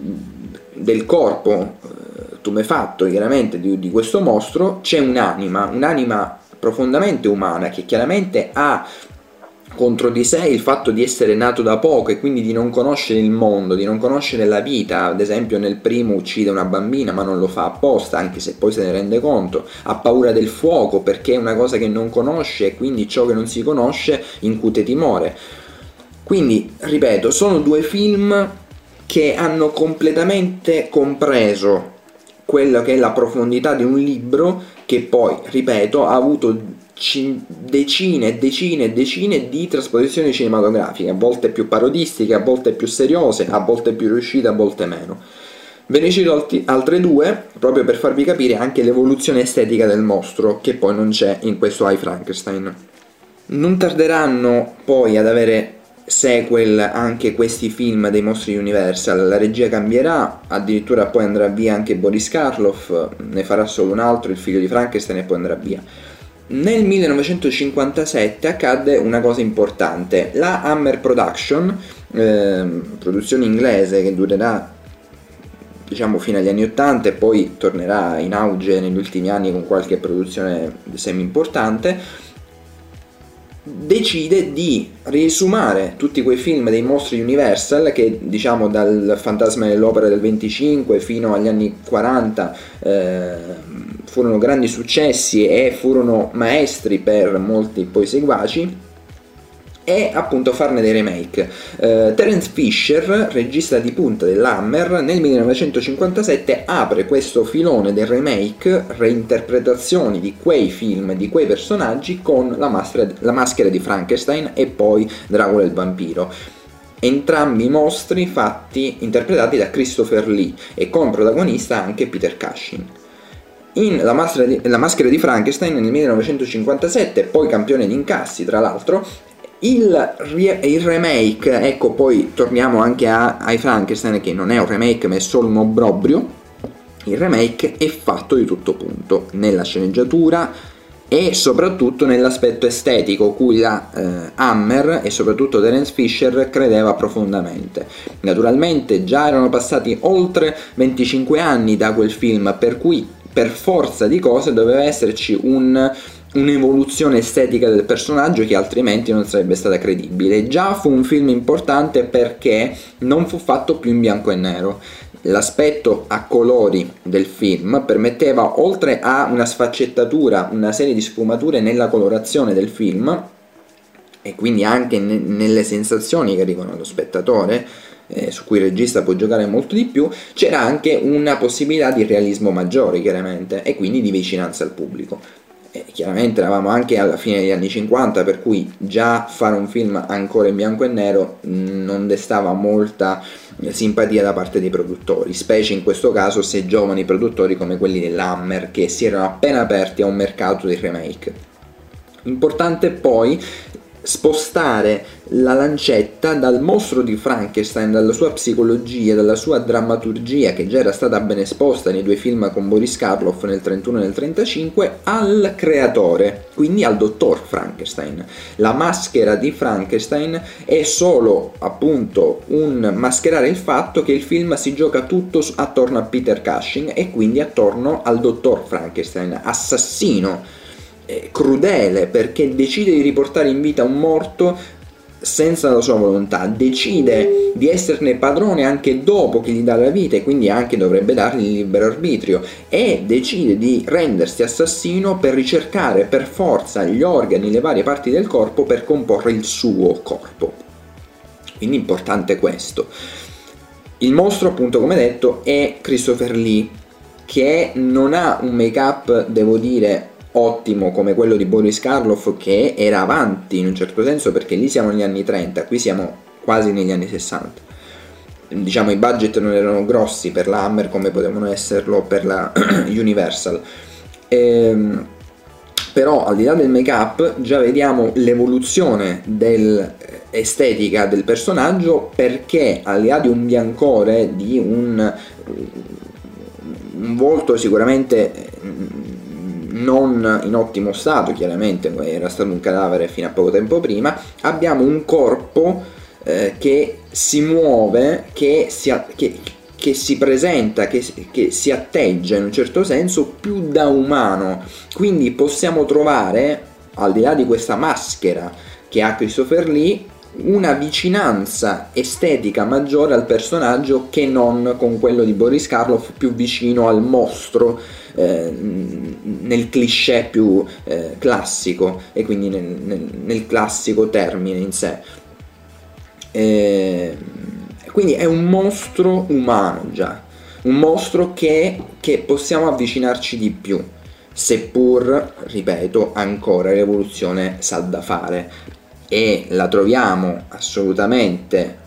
[SPEAKER 3] del corpo tumefatto chiaramente di questo mostro, c'è un'anima profondamente umana, che chiaramente ha contro di sé il fatto di essere nato da poco e quindi di non conoscere il mondo, di non conoscere la vita. Ad esempio nel primo uccide una bambina, ma non lo fa apposta, anche se poi se ne rende conto. Ha paura del fuoco perché è una cosa che non conosce, e quindi ciò che non si conosce incute timore. Quindi, ripeto, sono 2 film che hanno completamente compreso quello che è la profondità di un libro, che poi, ripeto, ha avuto decine e decine e decine di trasposizioni cinematografiche, a volte più parodistiche, a volte più seriose, a volte più riuscite, a volte meno. Ve ne cito altre 2 proprio per farvi capire anche l'evoluzione estetica del mostro, che poi non c'è in questo I, Frankenstein. Non tarderanno poi ad avere sequel anche questi film dei mostri Universal. La regia cambierà, addirittura poi andrà via anche Boris Karloff, ne farà solo un altro, il figlio di Frankenstein, e poi andrà via. Nel 1957 accadde una cosa importante. La Hammer Production, produzione inglese che durerà diciamo fino agli anni 80 e poi tornerà in auge negli ultimi anni con qualche produzione semi importante, decide di riesumare tutti quei film dei mostri Universal che, diciamo, dal Fantasma dell'Opera del 25 fino agli anni 40 furono grandi successi e furono maestri per molti poi seguaci, e appunto farne dei remake. Terence Fisher, regista di punta dell'Hammer, nel 1957 apre questo filone del remake, reinterpretazioni di quei film, di quei personaggi, con la maschera di Frankenstein e poi Dracula il vampiro. Entrambi i mostri interpretati da Christopher Lee e con protagonista anche Peter Cushing. In La maschera di Frankenstein nel 1957, poi campione di incassi tra l'altro, il remake, ecco, poi torniamo anche ai Frankenstein, che non è un remake ma è solo un obbrobrio. Il remake è fatto di tutto punto, nella sceneggiatura, e soprattutto nell'aspetto estetico, cui la Hammer e soprattutto Terence Fisher credeva profondamente. Naturalmente già erano passati oltre 25 anni da quel film, per cui per forza di cose doveva esserci un'evoluzione estetica del personaggio che altrimenti non sarebbe stata credibile. Già fu un film importante perché non fu fatto più in bianco e nero. L'aspetto a colori del film permetteva, oltre a una sfaccettatura, una serie di sfumature nella colorazione del film e quindi anche nelle sensazioni che arrivano allo spettatore, su cui il regista può giocare molto di più, c'era anche una possibilità di realismo maggiore chiaramente e quindi di vicinanza al pubblico. Chiaramente eravamo anche alla fine degli anni 50, per cui già fare un film ancora in bianco e nero non destava molta simpatia da parte dei produttori, specie in questo caso se giovani produttori come quelli dell'Hammer, che si erano appena aperti a un mercato di remake. Importante poi spostare la lancetta dal mostro di Frankenstein, dalla sua psicologia, dalla sua drammaturgia che già era stata ben esposta nei due film con Boris Karloff nel 31 e nel 35, al creatore, quindi al dottor Frankenstein. La maschera di Frankenstein è solo appunto un mascherare il fatto che il film si gioca tutto attorno a Peter Cushing e quindi attorno al dottor Frankenstein, assassino, crudele, perché decide di riportare in vita un morto senza la sua volontà, decide di esserne padrone anche dopo che gli dà la vita e quindi anche dovrebbe dargli il libero arbitrio, e decide di rendersi assassino per ricercare per forza gli organi, le varie parti del corpo per comporre il suo corpo. Quindi importante questo. Il mostro, appunto, come detto, è Christopher Lee, che non ha un make-up, devo dire, ottimo come quello di Boris Karloff, che era avanti in un certo senso, perché lì siamo negli anni 30, qui siamo quasi negli anni 60. Diciamo i budget non erano grossi per la Hammer come potevano esserlo per la Universal, però al di là del make up già vediamo l'evoluzione dell'estetica del personaggio, perché al di là di un biancore, di un volto sicuramente non in ottimo stato, chiaramente era stato un cadavere fino a poco tempo prima, abbiamo un corpo che si muove, che si presenta, che si atteggia in un certo senso più da umano, quindi possiamo trovare, al di là di questa maschera che ha Christopher Lee, una vicinanza estetica maggiore al personaggio che non con quello di Boris Karloff, più vicino al mostro, nel cliché più classico e quindi nel classico termine in sé. Quindi è un mostro umano già, un mostro che possiamo avvicinarci di più, seppur, ripeto, ancora l'evoluzione sa da fare, e la troviamo assolutamente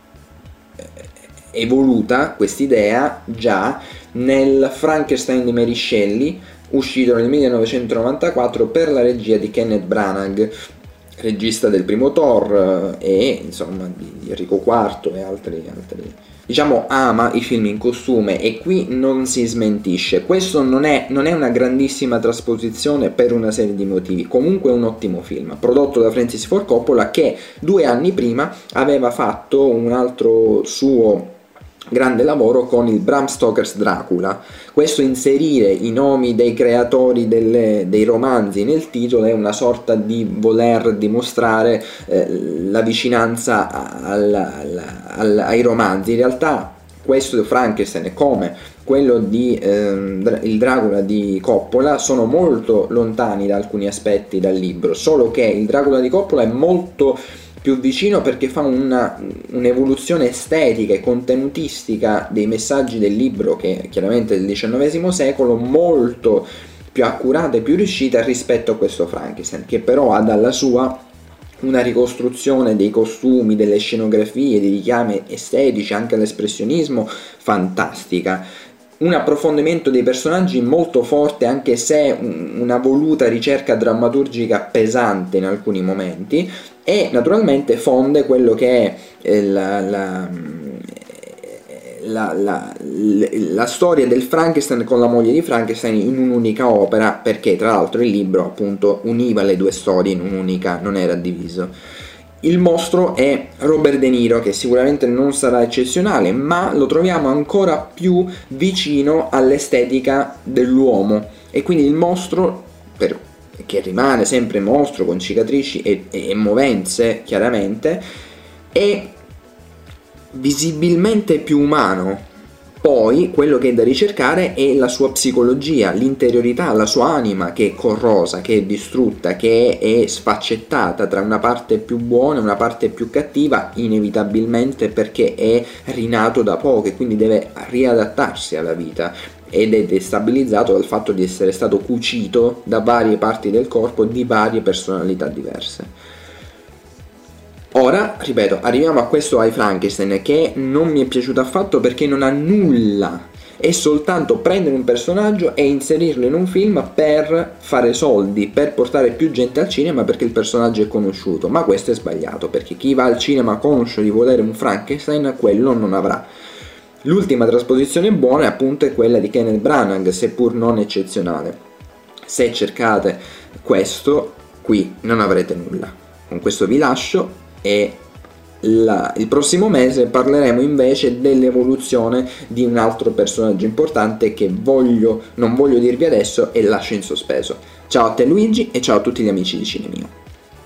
[SPEAKER 3] evoluta quest'idea già nel Frankenstein di Mary Shelley, uscito nel 1994 per la regia di Kenneth Branagh, regista del primo Thor e insomma di Enrico IV e altri. Diciamo ama i film in costume e qui non si smentisce. Questo non è una grandissima trasposizione per una serie di motivi, comunque è un ottimo film prodotto da Francis Ford Coppola, che 2 anni prima aveva fatto un altro suo grande lavoro con il Bram Stoker's Dracula. Questo inserire i nomi dei creatori dei romanzi nel titolo è una sorta di voler dimostrare la vicinanza ai romanzi. In realtà questo Frankenstein, come quello di il Dracula di Coppola, sono molto lontani da alcuni aspetti dal libro, solo che il Dracula di Coppola è molto più vicino perché fa un'evoluzione estetica e contenutistica dei messaggi del libro, che chiaramente è del XIX secolo, molto più accurata e più riuscita rispetto a questo Frankenstein, che però ha dalla sua una ricostruzione dei costumi, delle scenografie, dei richiami estetici, anche all'espressionismo, fantastica. Un approfondimento dei personaggi molto forte, anche se una voluta ricerca drammaturgica pesante in alcuni momenti, e naturalmente fonde quello che è la storia del Frankenstein con la moglie di Frankenstein in un'unica opera, perché tra l'altro il libro appunto univa le due storie in un'unica, non era diviso. Il mostro è Robert De Niro, che sicuramente non sarà eccezionale, ma lo troviamo ancora più vicino all'estetica dell'uomo, e quindi il mostro, che rimane sempre mostro con cicatrici e movenze chiaramente, è visibilmente più umano. Poi quello che è da ricercare è la sua psicologia, l'interiorità, la sua anima, che è corrosa, che è distrutta, che è sfaccettata tra una parte più buona e una parte più cattiva, inevitabilmente, perché è rinato da poco e quindi deve riadattarsi alla vita, ed è destabilizzato dal fatto di essere stato cucito da varie parti del corpo di varie personalità diverse. Ora, ripeto, arriviamo a questo I Frankenstein, che non mi è piaciuto affatto perché non ha nulla, è soltanto prendere un personaggio e inserirlo in un film per fare soldi, per portare più gente al cinema perché il personaggio è conosciuto. Ma questo è sbagliato, perché chi va al cinema conscio di volere un Frankenstein, quello non avrà. L'ultima trasposizione buona appunto è quella di Kenneth Branagh, seppur non eccezionale. Se cercate questo, qui non avrete nulla. Con questo vi lascio, e il prossimo mese parleremo invece dell'evoluzione di un altro personaggio importante che non voglio dirvi adesso e lascio in sospeso. Ciao a te Luigi e ciao a tutti gli amici di Cinemio.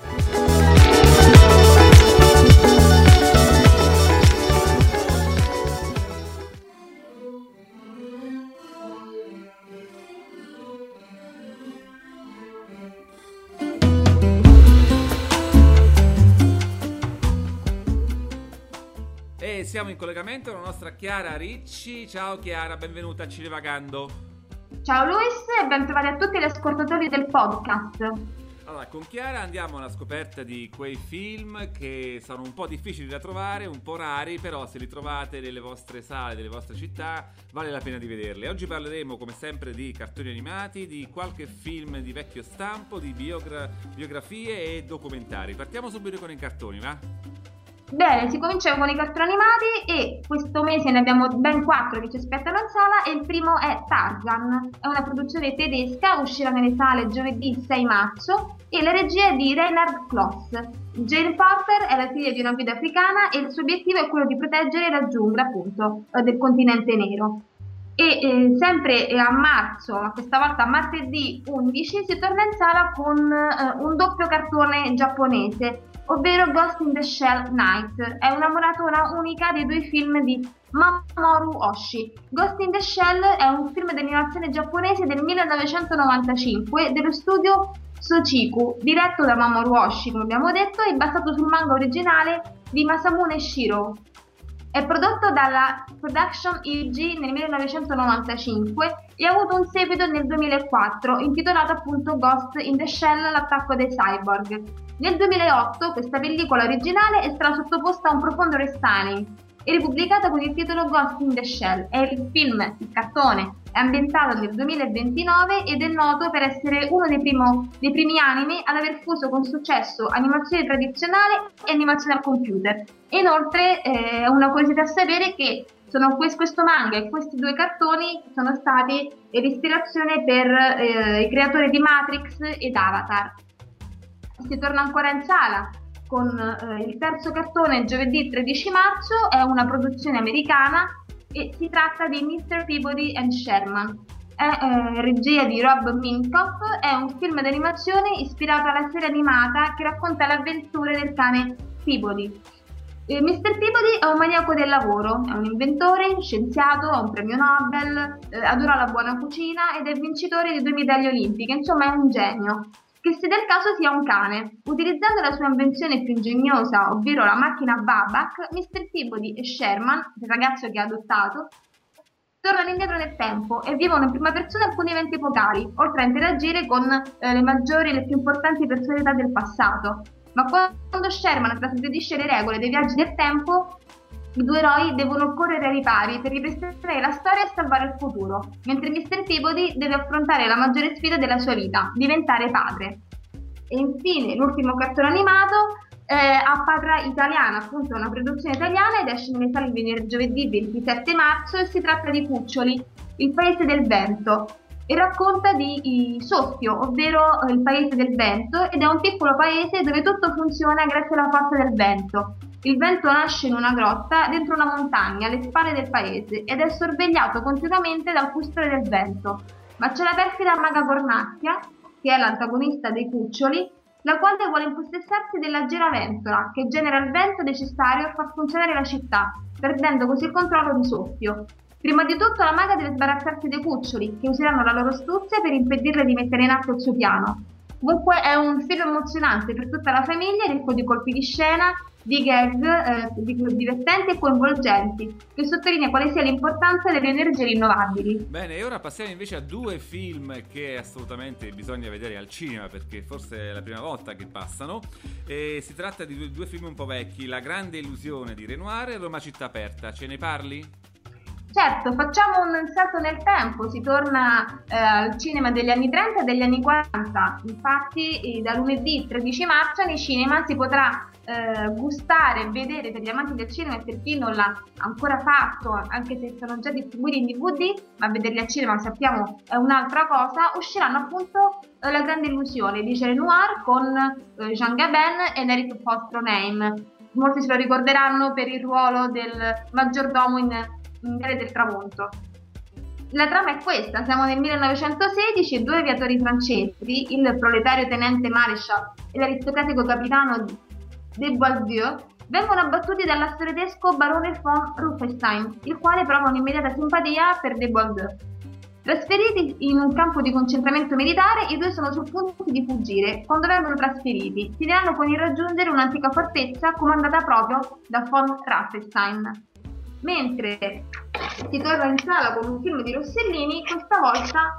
[SPEAKER 1] Siamo in collegamento con la nostra Chiara Ricci. Ciao Chiara, benvenuta a Cinevagando.
[SPEAKER 4] Ciao Luis e ben trovati a tutti gli ascoltatori del podcast.
[SPEAKER 1] Allora, con Chiara andiamo alla scoperta di quei film che sono un po' difficili da trovare, un po' rari, però se li trovate nelle vostre sale, nelle vostre città, vale la pena di vederli. Oggi parleremo come sempre di cartoni animati, di qualche film di vecchio stampo, di biografie e documentari. Partiamo subito con i cartoni, va?
[SPEAKER 4] Bene, si comincia con i cartoni animati e questo mese ne abbiamo ben 4 che ci aspettano in sala, e il primo è Tarzan. È una produzione tedesca, uscirà nelle sale giovedì 6 marzo e la regia è di Reinhard Kloss. Jane Porter è la figlia di una guida africana e il suo obiettivo è quello di proteggere la giungla appunto del continente nero. E sempre a marzo, ma questa volta martedì 11, si torna in sala con un doppio cartone giapponese, ovvero Ghost in the Shell Night. È una maratona unica dei 2 film di Mamoru Oshii. Ghost in the Shell è un film d'animazione giapponese del 1995 dello studio Sochiku, diretto da Mamoru Oshii, come abbiamo detto, e basato sul manga originale di Masamune Shirow. È prodotto dalla Production IG nel 1995 e ha avuto un seguito nel 2004 intitolato appunto Ghost in the Shell, l'attacco dei cyborg. Nel 2008 questa pellicola originale è stata sottoposta a un profondo restyling e ripubblicata con il titolo Ghost in the Shell. Il cartone, è ambientato nel 2029 ed è noto per essere uno dei primi anime ad aver fuso con successo animazione tradizionale e animazione al computer. E inoltre è una curiosità sapere che questo manga e questi 2 cartoni sono stati l'ispirazione per i creatori di Matrix ed Avatar. Si torna ancora in sala con il terzo cartone giovedì 13 marzo, è una produzione americana e si tratta di Mr. Peabody and Sherman. È regia di Rob Minkoff, è un film d'animazione ispirato alla serie animata che racconta le avventure del cane Peabody. Mr. Peabody è un maniaco del lavoro, è un inventore, scienziato, ha un premio Nobel, adora la buona cucina ed è vincitore di 2 medaglie olimpiche, insomma è un genio. Che se del caso sia un cane. Utilizzando la sua invenzione più ingegnosa, ovvero la macchina Babac, Mr. Peabody e Sherman, il ragazzo che ha adottato, tornano indietro nel tempo e vivono in prima persona alcuni eventi epocali, oltre a interagire con le maggiori e le più importanti personalità del passato. Ma quando Sherman trasgredisce le regole dei viaggi del tempo, i 2 eroi devono correre ai ripari per ripristinare la storia e salvare il futuro, mentre Mr. Peabody deve affrontare la maggiore sfida della sua vita, diventare padre. E infine l'ultimo cartone animato A Patra Italiana, appunto, è una produzione italiana ed esce nelle sale giovedì 27 marzo e si tratta di Cuccioli, il paese del vento, e racconta di Soffio, ovvero il paese del vento, ed è un piccolo paese dove tutto funziona grazie alla forza del vento. Il vento nasce in una grotta dentro una montagna alle spalle del paese ed è sorvegliato continuamente dal custode del vento. Ma c'è la perfida maga Cornacchia, che è l'antagonista dei Cuccioli, la quale vuole impossessarsi della giraventola che genera il vento necessario a far funzionare la città, perdendo così il controllo di Soffio. Prima di tutto la maga deve sbarazzarsi dei Cuccioli, che useranno la loro astuzia per impedirle di mettere in atto il suo piano. Comunque è un film emozionante per tutta la famiglia, ricco di colpi di scena, di gag divertenti e coinvolgenti, che sottolinea quale sia l'importanza delle energie rinnovabili.
[SPEAKER 1] Bene, e ora passiamo invece a due film che assolutamente bisogna vedere al cinema, perché forse è la prima volta che passano. E si tratta di due film un po' vecchi: La grande illusione di Renoir e Roma città aperta. Ce ne parli?
[SPEAKER 4] Certo, facciamo un salto nel tempo, si torna al cinema degli anni 30 e degli anni 40. Infatti da lunedì 13 marzo nei cinema si potrà gustare e vedere, per gli amanti del cinema e per chi non l'ha ancora fatto, anche se sono già distribuiti in DVD, ma vederli al cinema sappiamo è un'altra cosa, usciranno appunto La grande illusione di Renoir con Jean Gabin e Eric Foster-Name. Molti se lo ricorderanno per il ruolo del maggiordomo in Viale del Tramonto. La trama è questa: siamo nel 1916 e due aviatori francesi, il proletario tenente Marechal e l'aristocratico capitano de Boieldieu, vengono abbattuti dall'asso tedesco barone von Rufenstein, il quale prova un'immediata simpatia per de Boieldieu. Trasferiti in un campo di concentramento militare, i due sono sul punto di fuggire. Quando vengono trasferiti, finiranno con il raggiungere un'antica fortezza comandata proprio da von Rufenstein. Mentre si torna in sala con un film di Rossellini, questa volta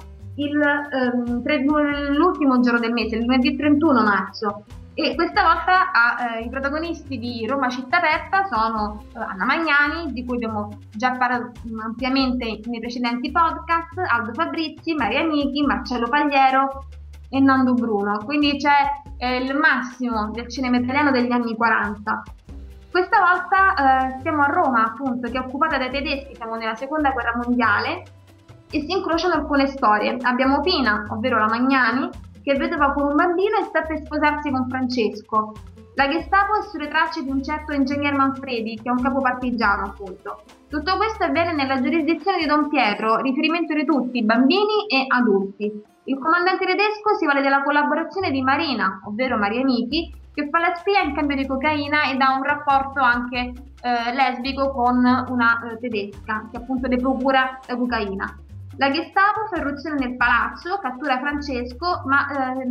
[SPEAKER 4] l'ultimo giorno del mese, il lunedì 31 marzo, e questa volta i protagonisti di Roma città aperta sono Anna Magnani, di cui abbiamo già parlato ampiamente nei precedenti podcast, Aldo Fabrizi, Maria Michi, Marcello Pagliero e Nando Bruno. Quindi c'è il massimo del cinema italiano degli anni 40. Questa volta siamo a Roma, appunto, che è occupata dai tedeschi, siamo nella seconda guerra mondiale e si incrociano alcune storie. Abbiamo Pina, ovvero la Magnani, che è vedova con un bambino e sta per sposarsi con Francesco. La Gestapo è sulle tracce di un certo ingegner Manfredi, che è un capo partigiano, appunto. Tutto questo avviene nella giurisdizione di Don Pietro, riferimento di tutti, bambini e adulti. Il comandante tedesco si vale della collaborazione di Marina, ovvero Maria Michi, che fa la spia in cambio di cocaina ed ha un rapporto anche lesbico con una tedesca, che appunto le procura la cocaina. La Gestapo fa irruzione nel palazzo, cattura Francesco, ma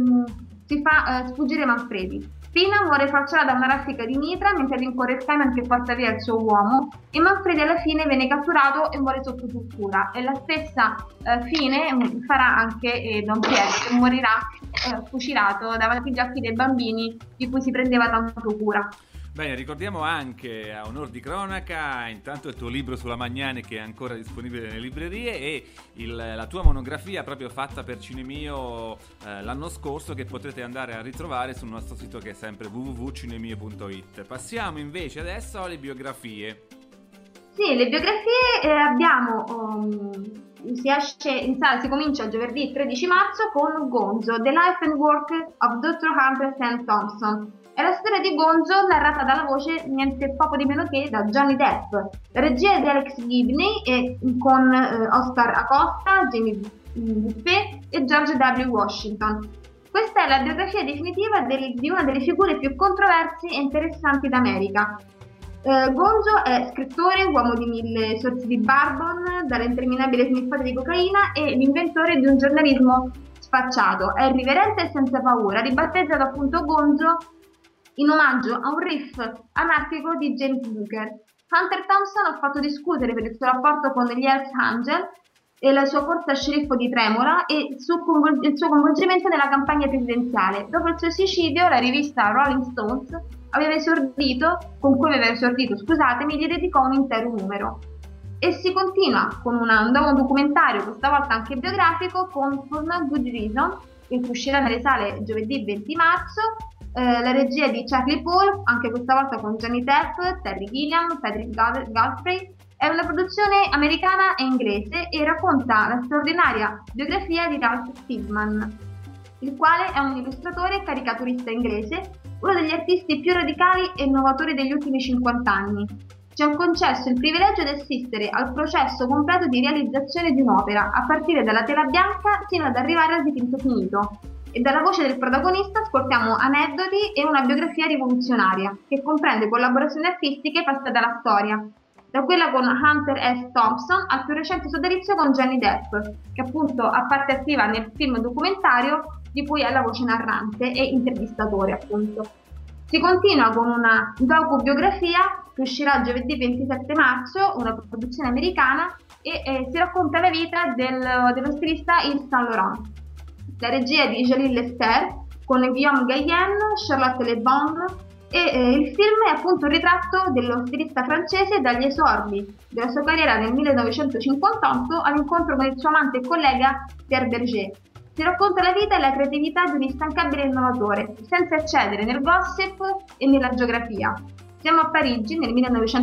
[SPEAKER 4] si fa sfuggire Manfredi. Pina muore falciata da una raffica di mitra mentre rincorre il camion che porta via il suo uomo, e Manfredi alla fine viene catturato e muore sotto tortura. E la stessa fine farà anche Don Pietro, che morirà fucilato davanti agli occhi dei bambini di cui si prendeva tanto cura.
[SPEAKER 1] Bene, ricordiamo anche, a onor di cronaca, intanto il tuo libro sulla Magnani, che è ancora disponibile nelle librerie, e la tua monografia proprio fatta per Cinemio l'anno scorso, che potrete andare a ritrovare sul nostro sito, che è sempre www.cinemio.it. Passiamo invece adesso alle biografie.
[SPEAKER 4] Sì, le biografie abbiamo, si esce in sala, si comincia giovedì 13 marzo con Gonzo, The Life and Work of Dr. Hunter St. Thompson. È la storia di Gonzo narrata dalla voce niente poco di meno che da Johnny Depp. La regia è di Alex Gibney e con Oscar Acosta, Jamie Buffet e George W. Washington. Questa è la biografia definitiva di una delle figure più controverse e interessanti d'America. Gonzo è scrittore, uomo di 1000 sorti di bourbon, dalle interminabili sniffate di cocaina, e l'inventore di un giornalismo sfacciato. È irriverente e senza paura, ribattezzato appunto Gonzo in omaggio a un riff anarchico di James Booker. Hunter Thompson ha fatto discutere per il suo rapporto con gli Hells Angels e la sua corsa a sceriffo di Tremola e il suo coinvolgimento nella campagna presidenziale. Dopo il suo suicidio, la rivista Rolling Stones con cui aveva esordito, gli dedicò un intero numero. E si continua con un nuovo documentario, questa volta anche biografico, con For No Good Reason, che uscirà nelle sale giovedì 20 marzo, la regia è di Charlie Paul, anche questa volta con Johnny Depp, Terry Gilliam, Patrick Godfrey. È una produzione americana e inglese e racconta la straordinaria biografia di Ralph Steadman, il quale è un illustratore e caricaturista inglese, uno degli artisti più radicali e innovatori degli ultimi 50 anni. Ci ha concesso il privilegio di assistere al processo completo di realizzazione di un'opera, a partire dalla tela bianca fino ad arrivare al dipinto finito. E dalla voce del protagonista ascoltiamo aneddoti e una biografia rivoluzionaria, che comprende collaborazioni artistiche passate alla storia, da quella con Hunter S. Thompson al più recente sodalizio con Johnny Depp, che appunto ha parte attiva nel film documentario di cui è la voce narrante e intervistatore appunto. Si continua con una docu-biografia che uscirà giovedì 27 marzo, una produzione americana, e si racconta la vita dello stilista Yves Saint Laurent. La regia è di Jalil Lester con Guillaume Gallienne, Charlotte Le Bon, e il film è appunto un ritratto dello stilista francese dagli esordi della sua carriera nel 1958 all'incontro con il suo amante e collega Pierre Berger. Si racconta la vita e la creatività di un instancabile innovatore, senza eccedere nel gossip e nella geografia. Siamo a Parigi nel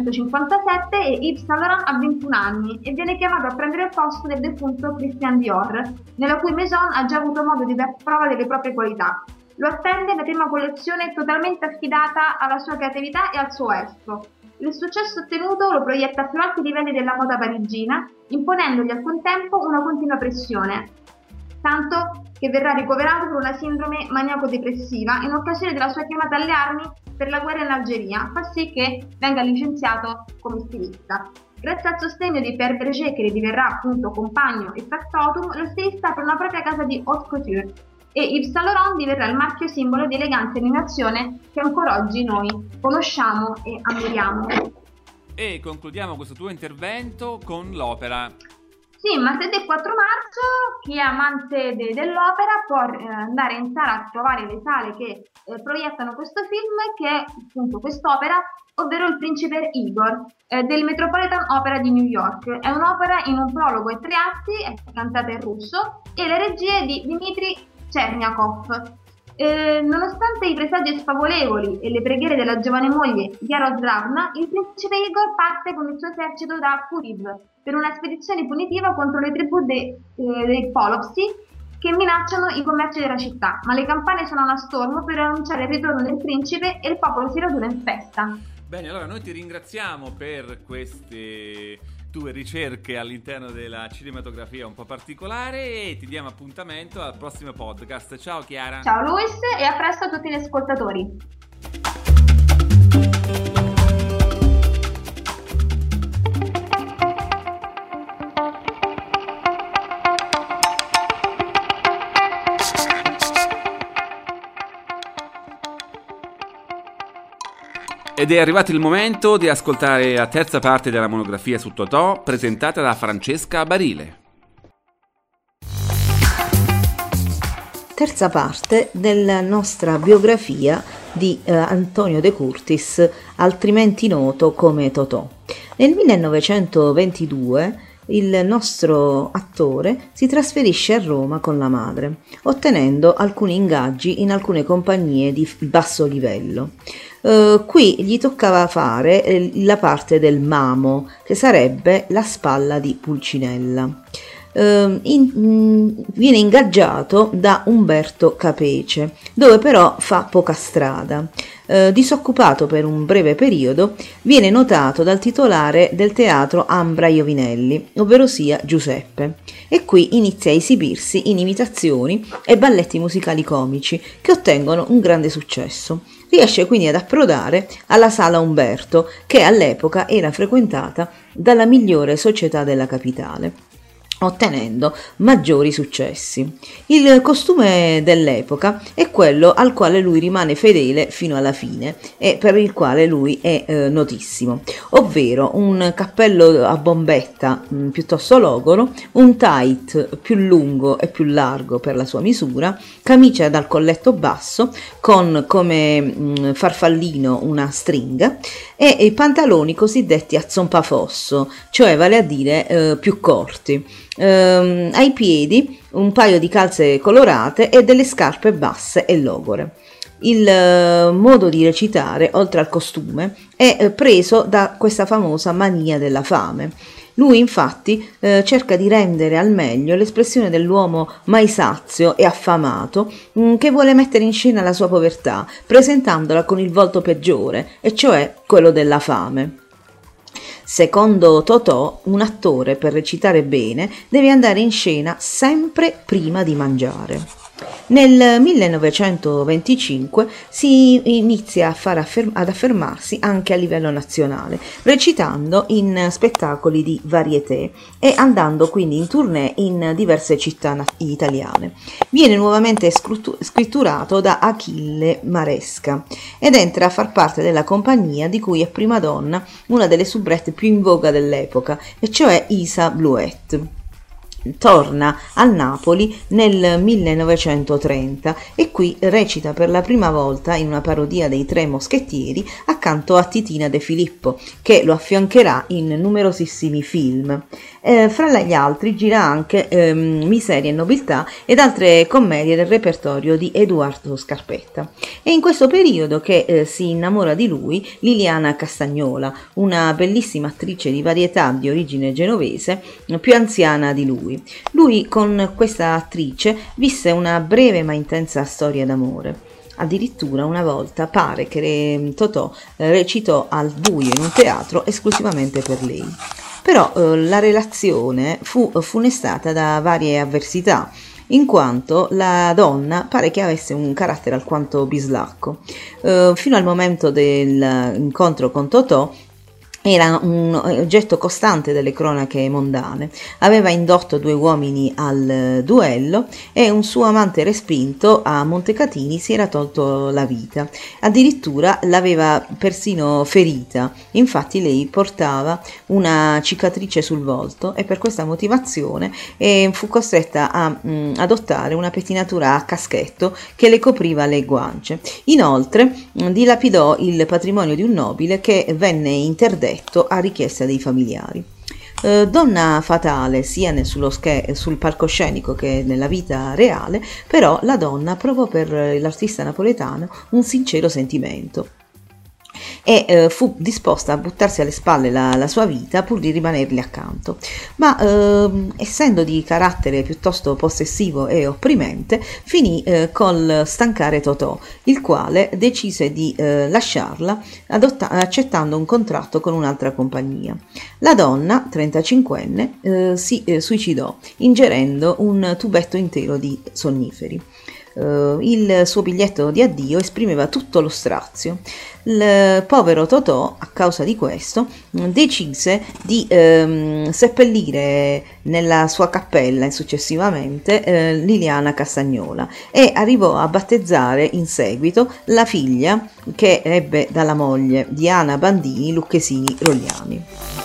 [SPEAKER 4] 1957 e Yves Saint Laurent ha 21 anni e viene chiamato a prendere il posto del defunto Christian Dior, nella cui maison ha già avuto modo di dar prova delle proprie qualità. Lo attende la prima collezione totalmente affidata alla sua creatività e al suo estro. Il successo ottenuto lo proietta a più alti livelli della moda parigina, imponendogli al contempo una continua pressione, tanto che verrà ricoverato per una sindrome maniaco-depressiva in occasione della sua chiamata alle armi per la guerra in Algeria, fa sì che venga licenziato come stilista. Grazie al sostegno di Pierre Berger, che ne diverrà appunto compagno e factotum, lo stilista apre una propria casa di haute couture e Yves Saint Laurent diverrà il marchio simbolo di eleganza e innovazione che ancora oggi noi conosciamo e ammiriamo.
[SPEAKER 1] E concludiamo questo tuo intervento con l'opera.
[SPEAKER 4] Sì, martedì 4 marzo chi è amante dell'opera può andare in sala a trovare le sale che proiettano questo film, che è appunto quest'opera, ovvero Il principe Igor del Metropolitan Opera di New York. È un'opera in un prologo e 3 atti, è cantata in russo e la regia è di Dmitry Chernyakov. Nonostante i presagi sfavorevoli e le preghiere della giovane moglie Yaroslavna, il principe Igor parte con il suo esercito da Kuriv per una spedizione punitiva contro le tribù dei Polovsi che minacciano i commerci della città, ma le campane suonano a stormo per annunciare il ritorno del principe e il popolo si raduna in festa.
[SPEAKER 1] Bene, allora noi ti ringraziamo per queste tue ricerche all'interno della cinematografia un po' particolare e ti diamo appuntamento al prossimo podcast. Ciao Chiara.
[SPEAKER 4] Ciao Luis e a presto a tutti gli ascoltatori.
[SPEAKER 1] Ed è arrivato il momento di ascoltare la terza parte della monografia su Totò, presentata da Francesca Barile.
[SPEAKER 5] Terza parte della nostra biografia di Antonio De Curtis, altrimenti noto come Totò. Nel 1922 il nostro attore si trasferisce a Roma con la madre, ottenendo alcuni ingaggi in alcune compagnie di basso livello. Qui gli toccava fare la parte del Mamo, che sarebbe la spalla di Pulcinella. Viene ingaggiato da Umberto Capece, dove però fa poca strada. Disoccupato per un breve periodo, viene notato dal titolare del teatro Ambra Iovinelli, ovverosia Giuseppe, e qui inizia a esibirsi in imitazioni e balletti musicali comici che ottengono un grande successo. Riesce quindi ad approdare alla Sala Umberto, che all'epoca era frequentata dalla migliore società della capitale, ottenendo maggiori successi. Il costume dell'epoca è quello al quale lui rimane fedele fino alla fine e per il quale lui è notissimo, ovvero un cappello a bombetta piuttosto logoro, un tight più lungo e più largo per la sua misura, camicia dal colletto basso con come farfallino una stringa e i pantaloni cosiddetti a zompafosso, cioè vale a dire più corti. Ai piedi un paio di calze colorate e delle scarpe basse e logore. Il modo di recitare, oltre al costume, è preso da questa famosa mania della fame. Lui infatti cerca di rendere al meglio l'espressione dell'uomo mai sazio e affamato che vuole mettere in scena la sua povertà, presentandola con il volto peggiore, e cioè quello della fame. Secondo Totò, un attore per recitare bene deve andare in scena sempre prima di mangiare. Nel 1925 si inizia ad affermarsi anche a livello nazionale, recitando in spettacoli di varietà e andando quindi in tournée in diverse città italiane. Viene nuovamente scritturato da Achille Maresca ed entra a far parte della compagnia di cui è prima donna una delle soubrette più in voga dell'epoca, e cioè Isa Bluet. Torna a Napoli nel 1930 e qui recita per la prima volta in una parodia dei Tre Moschettieri accanto a Titina De Filippo, che lo affiancherà in numerosissimi film. Fra gli altri gira anche Miseria e Nobiltà ed altre commedie del repertorio di Edoardo Scarpetta. È in questo periodo che si innamora di lui Liliana Castagnola, una bellissima attrice di varietà di origine genovese, più anziana di lui. Lui con questa attrice visse una breve ma intensa storia d'amore. Addirittura una volta pare che Totò recitò al buio in un teatro esclusivamente per lei. Però la relazione fu funestata da varie avversità, in quanto la donna pare che avesse un carattere alquanto bislacco. Fino al momento dell'incontro con Totò era un oggetto costante delle cronache mondane. Aveva indotto 2 uomini al duello e un suo amante respinto a Montecatini si era tolto la vita. Addirittura l'aveva persino ferita. Infatti lei portava una cicatrice sul volto e per questa motivazione fu costretta a adottare una pettinatura a caschetto che le copriva le guance. Inoltre dilapidò il patrimonio di un nobile che venne interdetto a richiesta dei familiari. Donna fatale sia sul palcoscenico che nella vita reale, però la donna provò per l'artista napoletano un sincero sentimento e fu disposta a buttarsi alle spalle la sua vita pur di rimanergli accanto, ma essendo di carattere piuttosto possessivo e opprimente, finì col stancare Totò, il quale decise di lasciarla accettando un contratto con un'altra compagnia. La donna, 35enne, si suicidò ingerendo un tubetto intero di sonniferi. Il suo biglietto di addio esprimeva tutto lo strazio. Il povero Totò, a causa di questo, decise di seppellire nella sua cappella successivamente Liliana Castagnola e arrivò a battezzare in seguito la figlia che ebbe dalla moglie Diana Bandini Lucchesini Rogliani.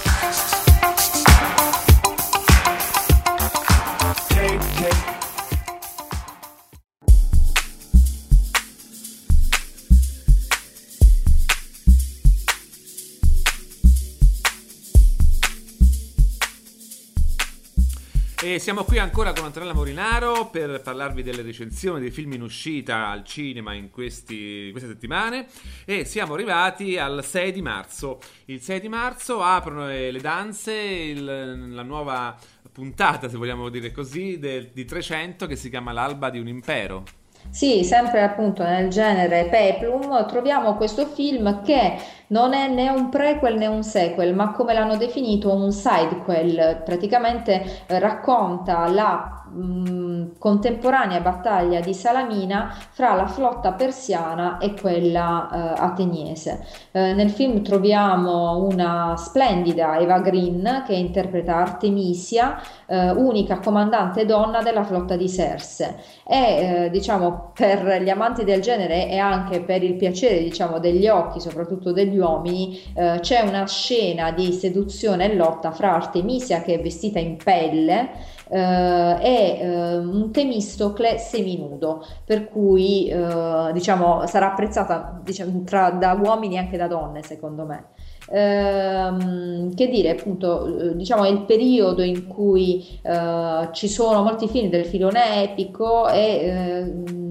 [SPEAKER 1] E siamo qui ancora con Antonella Molinaro per parlarvi delle recensioni dei film in uscita al cinema in queste settimane, e siamo arrivati al 6 di marzo. Il 6 di marzo aprono le danze la nuova puntata, se vogliamo dire così, di 300, che si chiama L'alba di un impero.
[SPEAKER 2] Sì, sempre appunto nel genere Peplum troviamo questo film che non è né un prequel né un sequel, ma come l'hanno definito un sidequel. Praticamente racconta la contemporanea battaglia di Salamina fra la flotta persiana e quella ateniese. Nel film troviamo una splendida Eva Green che interpreta Artemisia, unica comandante donna della flotta di Serse, e diciamo per gli amanti del genere e anche per il piacere diciamo degli occhi, soprattutto degli uomini, c'è una scena di seduzione e lotta fra Artemisia, che è vestita in pelle, e un Temistocle seminudo, per cui diciamo sarà apprezzata diciamo, da uomini e anche da donne, secondo me. Che dire, appunto, diciamo è il periodo in cui ci sono molti film del filone epico e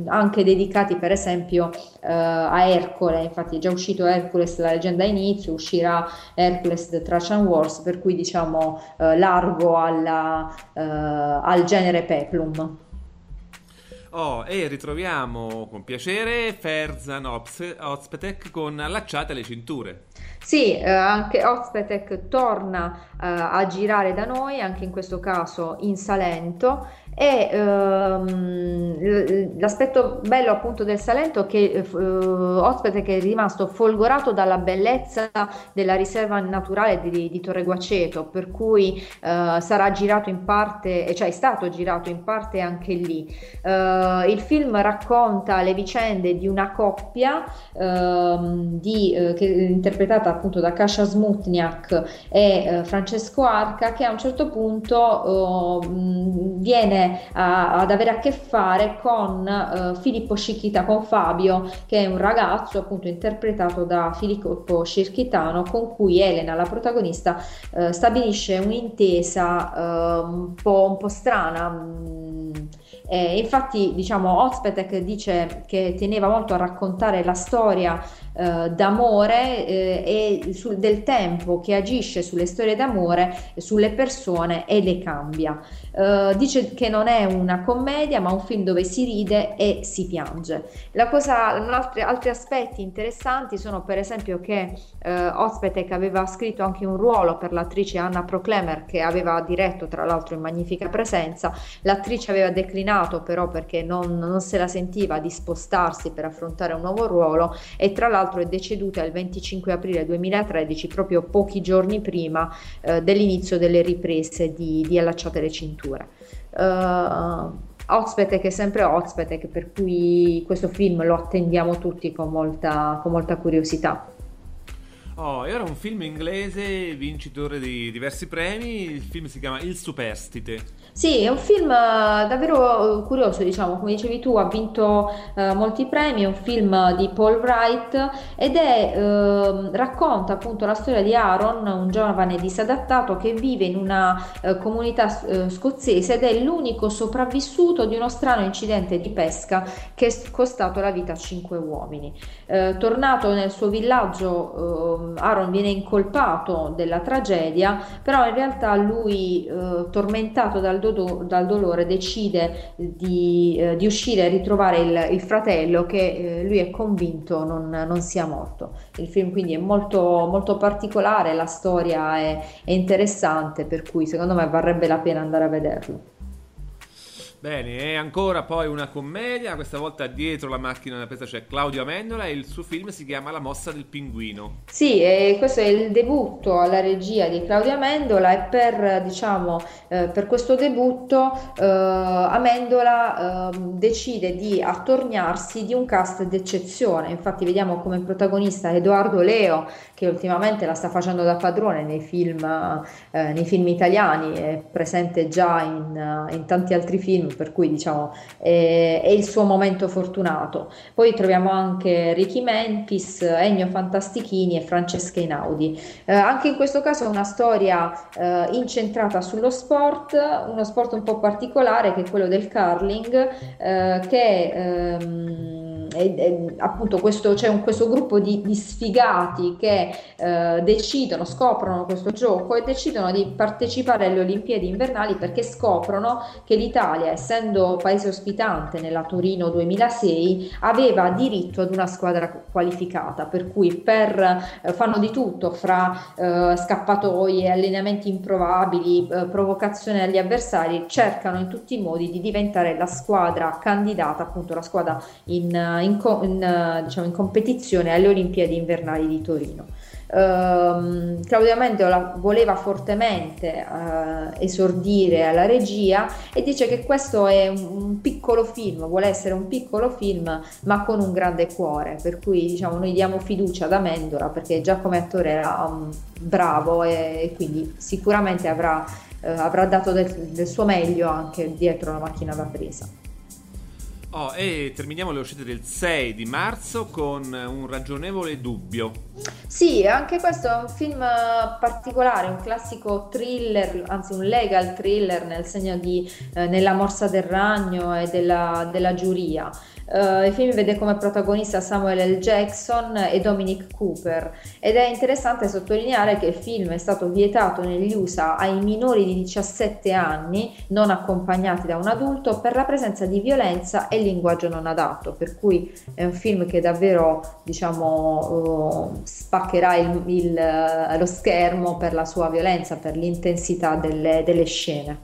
[SPEAKER 2] anche dedicati per esempio a Ercole. Infatti è già uscito Hercules, la leggenda a inizio, uscirà Hercules The Trojan Wars, per cui diciamo largo al genere Peplum.
[SPEAKER 1] Oh, e ritroviamo con piacere Ferzan Ozpetek con Allacciate le cinture.
[SPEAKER 2] Sì, anche Ozpetek torna a girare da noi, anche in questo caso in Salento, e l'aspetto bello appunto del Salento è che Ozpetek è rimasto folgorato dalla bellezza della riserva naturale di Torre Guaceto, per cui sarà girato in parte, cioè è stato girato in parte anche lì. Il film racconta le vicende di una coppia che è interpretata appunto da Kasia Smutniak e Francesco Arca, che a un certo punto viene ad avere a che fare con Filippo Scicchita, con Fabio, che è un ragazzo appunto interpretato da Filippo Scicchitano, con cui Elena, la protagonista, stabilisce un'intesa un po' strana. Infatti diciamo Ozpetek dice che teneva molto a raccontare la storia d'amore e del tempo che agisce sulle storie d'amore, sulle persone e le cambia. Dice che non è una commedia ma un film dove si ride e si piange. Altri aspetti interessanti sono per esempio che Ozpetek aveva scritto anche un ruolo per l'attrice Anna Proclemer, che aveva diretto tra l'altro in Magnifica Presenza. L'attrice aveva declinato però perché non se la sentiva di spostarsi per affrontare un nuovo ruolo, e tra l'altro è deceduta il 25 aprile 2013, proprio pochi giorni prima dell'inizio delle riprese di Allacciate le cinture. Ozpetek è sempre Ozpetek, per cui questo film lo attendiamo tutti con molta curiosità.
[SPEAKER 1] Oh, e ora un film inglese vincitore di diversi premi. Il film si chiama Il Superstite.
[SPEAKER 2] Sì, è un film davvero curioso, diciamo, come dicevi tu, ha vinto molti premi, è un film di Paul Wright ed racconta appunto la storia di Aaron, un giovane disadattato che vive in una comunità scozzese ed è l'unico sopravvissuto di uno strano incidente di pesca che è costato la vita a 5 uomini. Tornato nel suo villaggio, Aaron viene incolpato della tragedia, però in realtà lui, tormentato dal dolore, decide di uscire e ritrovare il fratello che lui è convinto non sia morto. Il film quindi è molto, molto particolare, la storia è interessante, per cui secondo me varrebbe la pena andare a vederlo.
[SPEAKER 1] Bene, e ancora poi una commedia, questa volta dietro la macchina della presa c'è Claudio Amendola e il suo film si chiama La mossa del pinguino.
[SPEAKER 2] Sì, questo è il debutto alla regia di Claudio Amendola e per questo debutto Amendola decide di attorniarsi di un cast d'eccezione. Infatti vediamo come protagonista Edoardo Leo, che ultimamente la sta facendo da padrone nei film italiani, è presente già in tanti altri film, per cui diciamo è il suo momento fortunato. Poi troviamo anche Ricky Memphis, Ennio Fantastichini e Francesca Einaudi. Anche in questo caso è una storia incentrata sullo sport, uno sport un po' particolare che è quello del curling, appunto c'è questo gruppo di sfigati che scoprono questo gioco e decidono di partecipare alle Olimpiadi invernali, perché scoprono che l'Italia, essendo paese ospitante nella Torino 2006, aveva diritto ad una squadra qualificata, per cui fanno di tutto fra scappatoie, allenamenti improbabili, provocazione agli avversari, cercano in tutti i modi di diventare la squadra candidata, appunto la squadra in competizione alle Olimpiadi invernali di Torino. Claudio Amendola voleva fortemente esordire alla regia e dice che questo è un piccolo film, vuole essere un piccolo film ma con un grande cuore, per cui diciamo noi diamo fiducia ad Amendola perché già come attore era bravo e quindi sicuramente avrà dato del suo meglio anche dietro la macchina da presa.
[SPEAKER 1] Oh, e terminiamo le uscite del 6 di marzo con Un ragionevole dubbio.
[SPEAKER 2] Sì, anche questo è un film particolare, un classico thriller, anzi un legal thriller nel segno di Nella morsa del ragno e della giuria. Il film vede come protagonista Samuel L. Jackson e Dominic Cooper, ed è interessante sottolineare che il film è stato vietato negli USA ai minori di 17 anni non accompagnati da un adulto per la presenza di violenza e linguaggio non adatto, per cui è un film che davvero, diciamo, spaccherà lo schermo per la sua violenza, per l'intensità delle scene.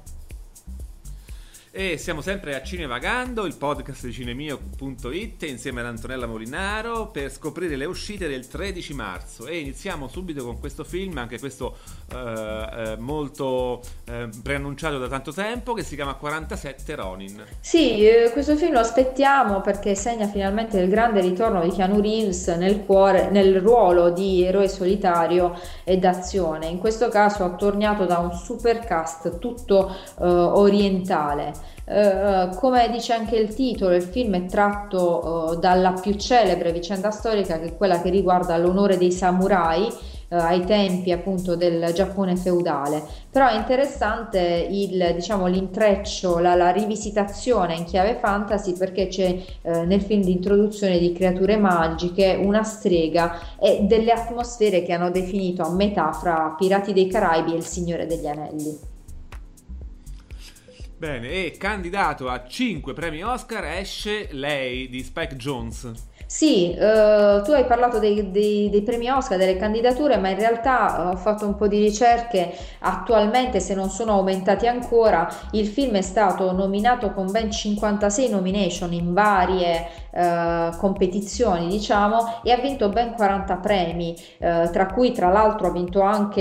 [SPEAKER 1] E siamo sempre a Cinevagando, il podcast di cinemio.it, insieme ad Antonella Molinaro, per scoprire le uscite del 13 marzo. E iniziamo subito con questo film, anche questo molto preannunciato da tanto tempo, che si chiama 47 Ronin.
[SPEAKER 2] Sì, questo film lo aspettiamo perché segna finalmente il grande ritorno di Keanu Reeves nel ruolo di eroe solitario e d'azione. In questo caso attorniato da un supercast tutto orientale. Come dice anche il titolo, il film è tratto dalla più celebre vicenda storica, che è quella che riguarda l'onore dei samurai ai tempi appunto del Giappone feudale. Però è interessante l'intreccio, la rivisitazione in chiave fantasy, perché c'è nel film di introduzione di creature magiche, una strega e delle atmosfere che hanno definito a metà fra Pirati dei Caraibi e Il Signore degli Anelli.
[SPEAKER 1] Bene, e candidato a 5 premi Oscar esce Lei di Spike Jonze.
[SPEAKER 2] Sì, tu hai parlato dei premi Oscar, delle candidature, ma in realtà ho fatto un po' di ricerche. Attualmente, se non sono aumentati ancora, il film è stato nominato con ben 56 nomination in varie competizioni, diciamo, e ha vinto ben 40 premi, tra cui tra l'altro ha vinto anche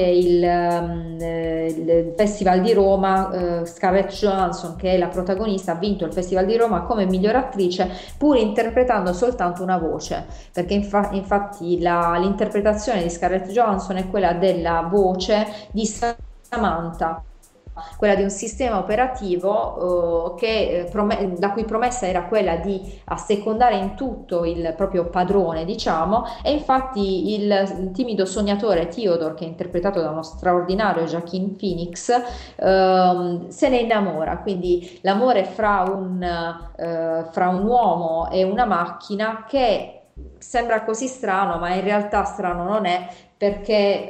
[SPEAKER 2] il Festival di Roma. Scarlett Johansson, che è la protagonista, ha vinto il Festival di Roma come miglior attrice, pur interpretando soltanto una voce, perché infatti l'interpretazione di Scarlett Johansson è quella della voce di Samantha, quella di un sistema operativo la cui promessa era quella di assecondare in tutto il proprio padrone, diciamo, e infatti il timido sognatore Theodore, che è interpretato da uno straordinario Joaquin Phoenix, se ne innamora. Quindi l'amore fra un uomo e una macchina, che sembra così strano, ma in realtà strano non è, perché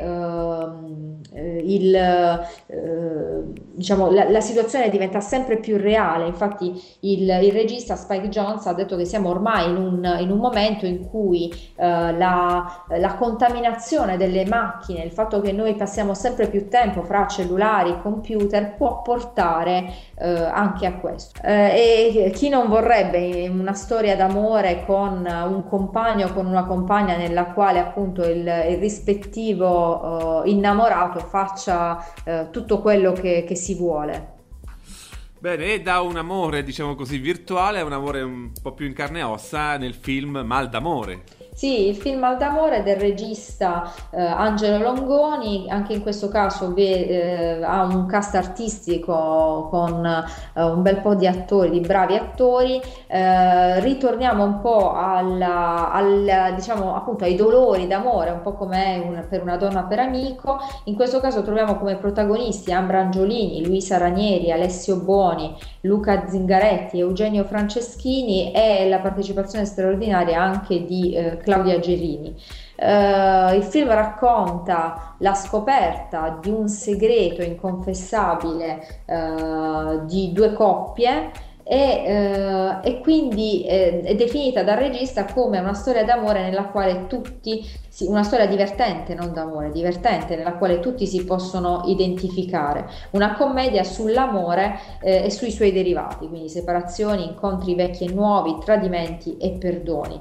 [SPEAKER 2] la situazione diventa sempre più reale. Infatti il regista Spike Jonze ha detto che siamo ormai in un momento in cui la contaminazione delle macchine, il fatto che noi passiamo sempre più tempo fra cellulari e computer, può portare anche a questo. E chi non vorrebbe una storia d'amore con un compagno o con una compagna nella quale appunto il rispettivo innamorato faccia tutto quello che si vuole.
[SPEAKER 1] Bene, e da un amore, diciamo così, virtuale a un amore un po' più in carne e ossa nel film Mal d'amore.
[SPEAKER 2] Sì, il film Mal d'amore del regista Angelo Longoni. Anche in questo caso ha un cast artistico con un bel po' di attori, di bravi attori. Ritorniamo un po' diciamo appunto ai dolori d'amore, un po' come per una donna per amico. In questo caso troviamo come protagonisti Ambra Angiolini, Luisa Ranieri, Alessio Boni, Luca Zingaretti, Eugenio Franceschini, e la partecipazione straordinaria anche di Claudia Gerini. Il film racconta la scoperta di un segreto inconfessabile di due coppie, e quindi è definita dal regista come una storia d'amore nella quale una storia divertente, non d'amore, divertente, nella quale tutti si possono identificare, una commedia sull'amore e sui suoi derivati, quindi separazioni, incontri vecchi e nuovi, tradimenti e perdoni.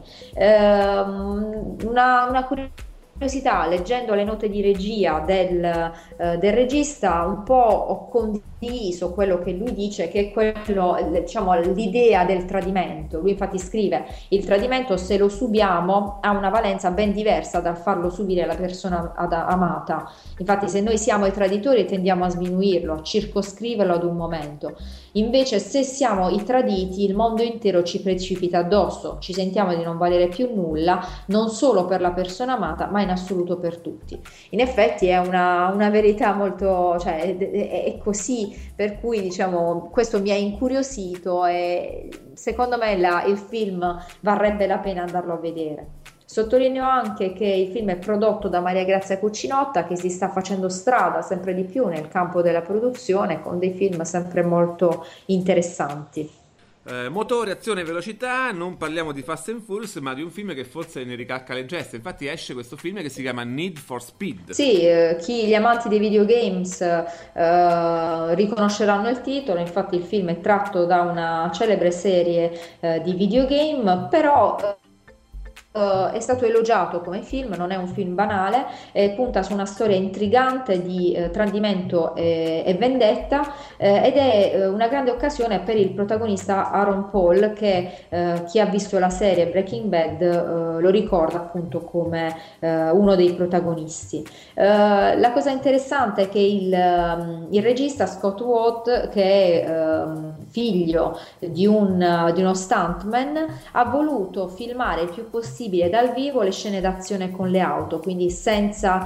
[SPEAKER 2] Una curiosità, leggendo le note di regia del regista, un po' ho condiviso quello che lui dice, che è quello, diciamo, l'idea del tradimento. Lui infatti scrive: il tradimento, se lo subiamo, ha una valenza ben diversa dal farlo subire alla persona amata. Infatti, se noi siamo i traditori tendiamo a sminuirlo, a circoscriverlo ad un momento. Invece, se siamo i traditi, il mondo intero ci precipita addosso, ci sentiamo di non valere più nulla, non solo per la persona amata, ma in assoluto per tutti. In effetti è una verità molto, cioè è così, per cui diciamo questo mi ha incuriosito e secondo me il film varrebbe la pena andarlo a vedere. Sottolineo anche che il film è prodotto da Maria Grazia Cucinotta, che si sta facendo strada sempre di più nel campo della produzione con dei film sempre molto interessanti.
[SPEAKER 1] Motore, azione e velocità, non parliamo di Fast and Furious, ma di un film che forse ne ricalca le gesta. Infatti esce questo film che si chiama Need for Speed.
[SPEAKER 2] Sì, gli amanti dei videogames riconosceranno il titolo. Infatti il film è tratto da una celebre serie di videogame, però è stato elogiato come film, non è un film banale, punta su una storia intrigante di tradimento e vendetta, ed è una grande occasione per il protagonista Aaron Paul, che chi ha visto la serie Breaking Bad lo ricorda appunto come uno dei protagonisti. La cosa interessante è che il regista Scott Watt, che è figlio di uno stuntman, ha voluto filmare il più possibile dal vivo le scene d'azione con le auto, quindi senza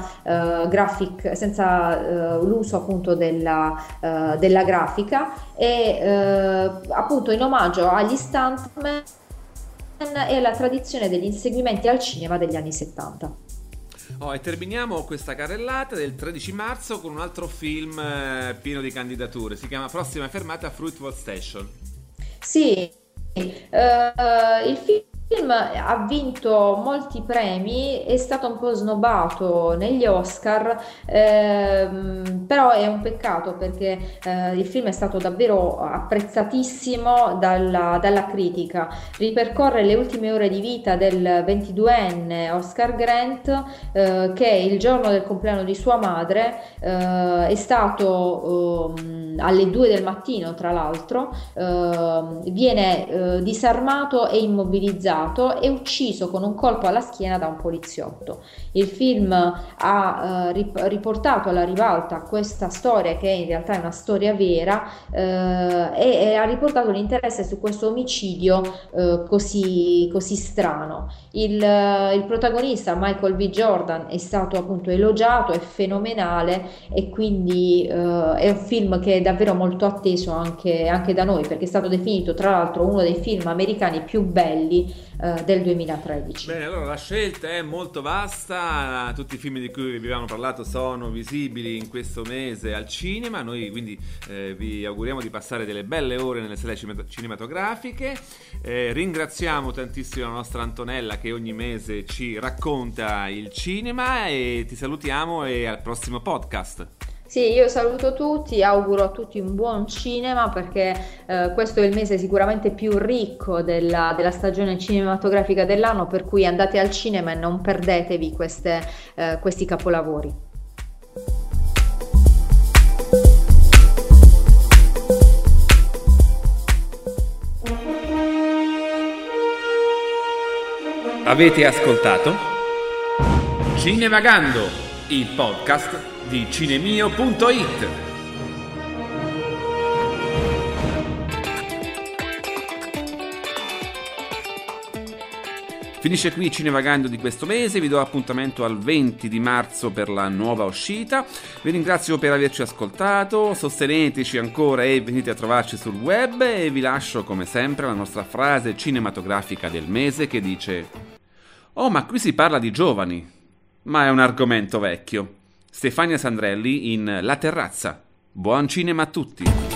[SPEAKER 2] l'uso appunto della grafica, e appunto in omaggio agli stuntman e alla tradizione degli inseguimenti al cinema degli anni 70.
[SPEAKER 1] E terminiamo questa carrellata del 13 marzo con un altro film pieno di candidature. Si chiama Prossima fermata Fruitvale Station.
[SPEAKER 2] Sì, il film ha vinto molti premi, è stato un po' snobbato negli Oscar, però è un peccato perché il film è stato davvero apprezzatissimo dalla critica. Ripercorre le ultime ore di vita del 22enne Oscar Grant, che il giorno del compleanno di sua madre è stato alle 2 del mattino, tra l'altro, viene disarmato e immobilizzato e ucciso con un colpo alla schiena da un poliziotto. Il film ha riportato alla ribalta questa storia, che in realtà è una storia vera, e ha riportato l'interesse su questo omicidio così strano. Il protagonista Michael B. Jordan è stato appunto elogiato, è fenomenale, e quindi è un film che è davvero molto atteso anche da noi, perché è stato definito tra l'altro uno dei film americani più belli del 2013.
[SPEAKER 1] Bene, allora la scelta è molto vasta, tutti i film di cui vi abbiamo parlato sono visibili in questo mese al cinema. Noi quindi vi auguriamo di passare delle belle ore nelle sale cinematografiche. Ringraziamo tantissimo la nostra Antonella, che ogni mese ci racconta il cinema, e ti salutiamo e al prossimo podcast.
[SPEAKER 2] Sì, io saluto tutti, auguro a tutti un buon cinema, perché questo è il mese sicuramente più ricco della stagione cinematografica dell'anno, per cui andate al cinema e non perdetevi questi capolavori.
[SPEAKER 1] Avete ascoltato Cinevagando, il podcast di cinemio.it. Finisce qui Cinevagando di questo mese, vi do appuntamento al 20 di marzo per la nuova uscita. Vi ringrazio per averci ascoltato, sosteneteci ancora e venite a trovarci sul web, e vi lascio come sempre la nostra frase cinematografica del mese, che dice: "Oh, ma qui si parla di giovani", ma è un argomento vecchio. Stefania Sandrelli in La Terrazza. Buon cinema a tutti!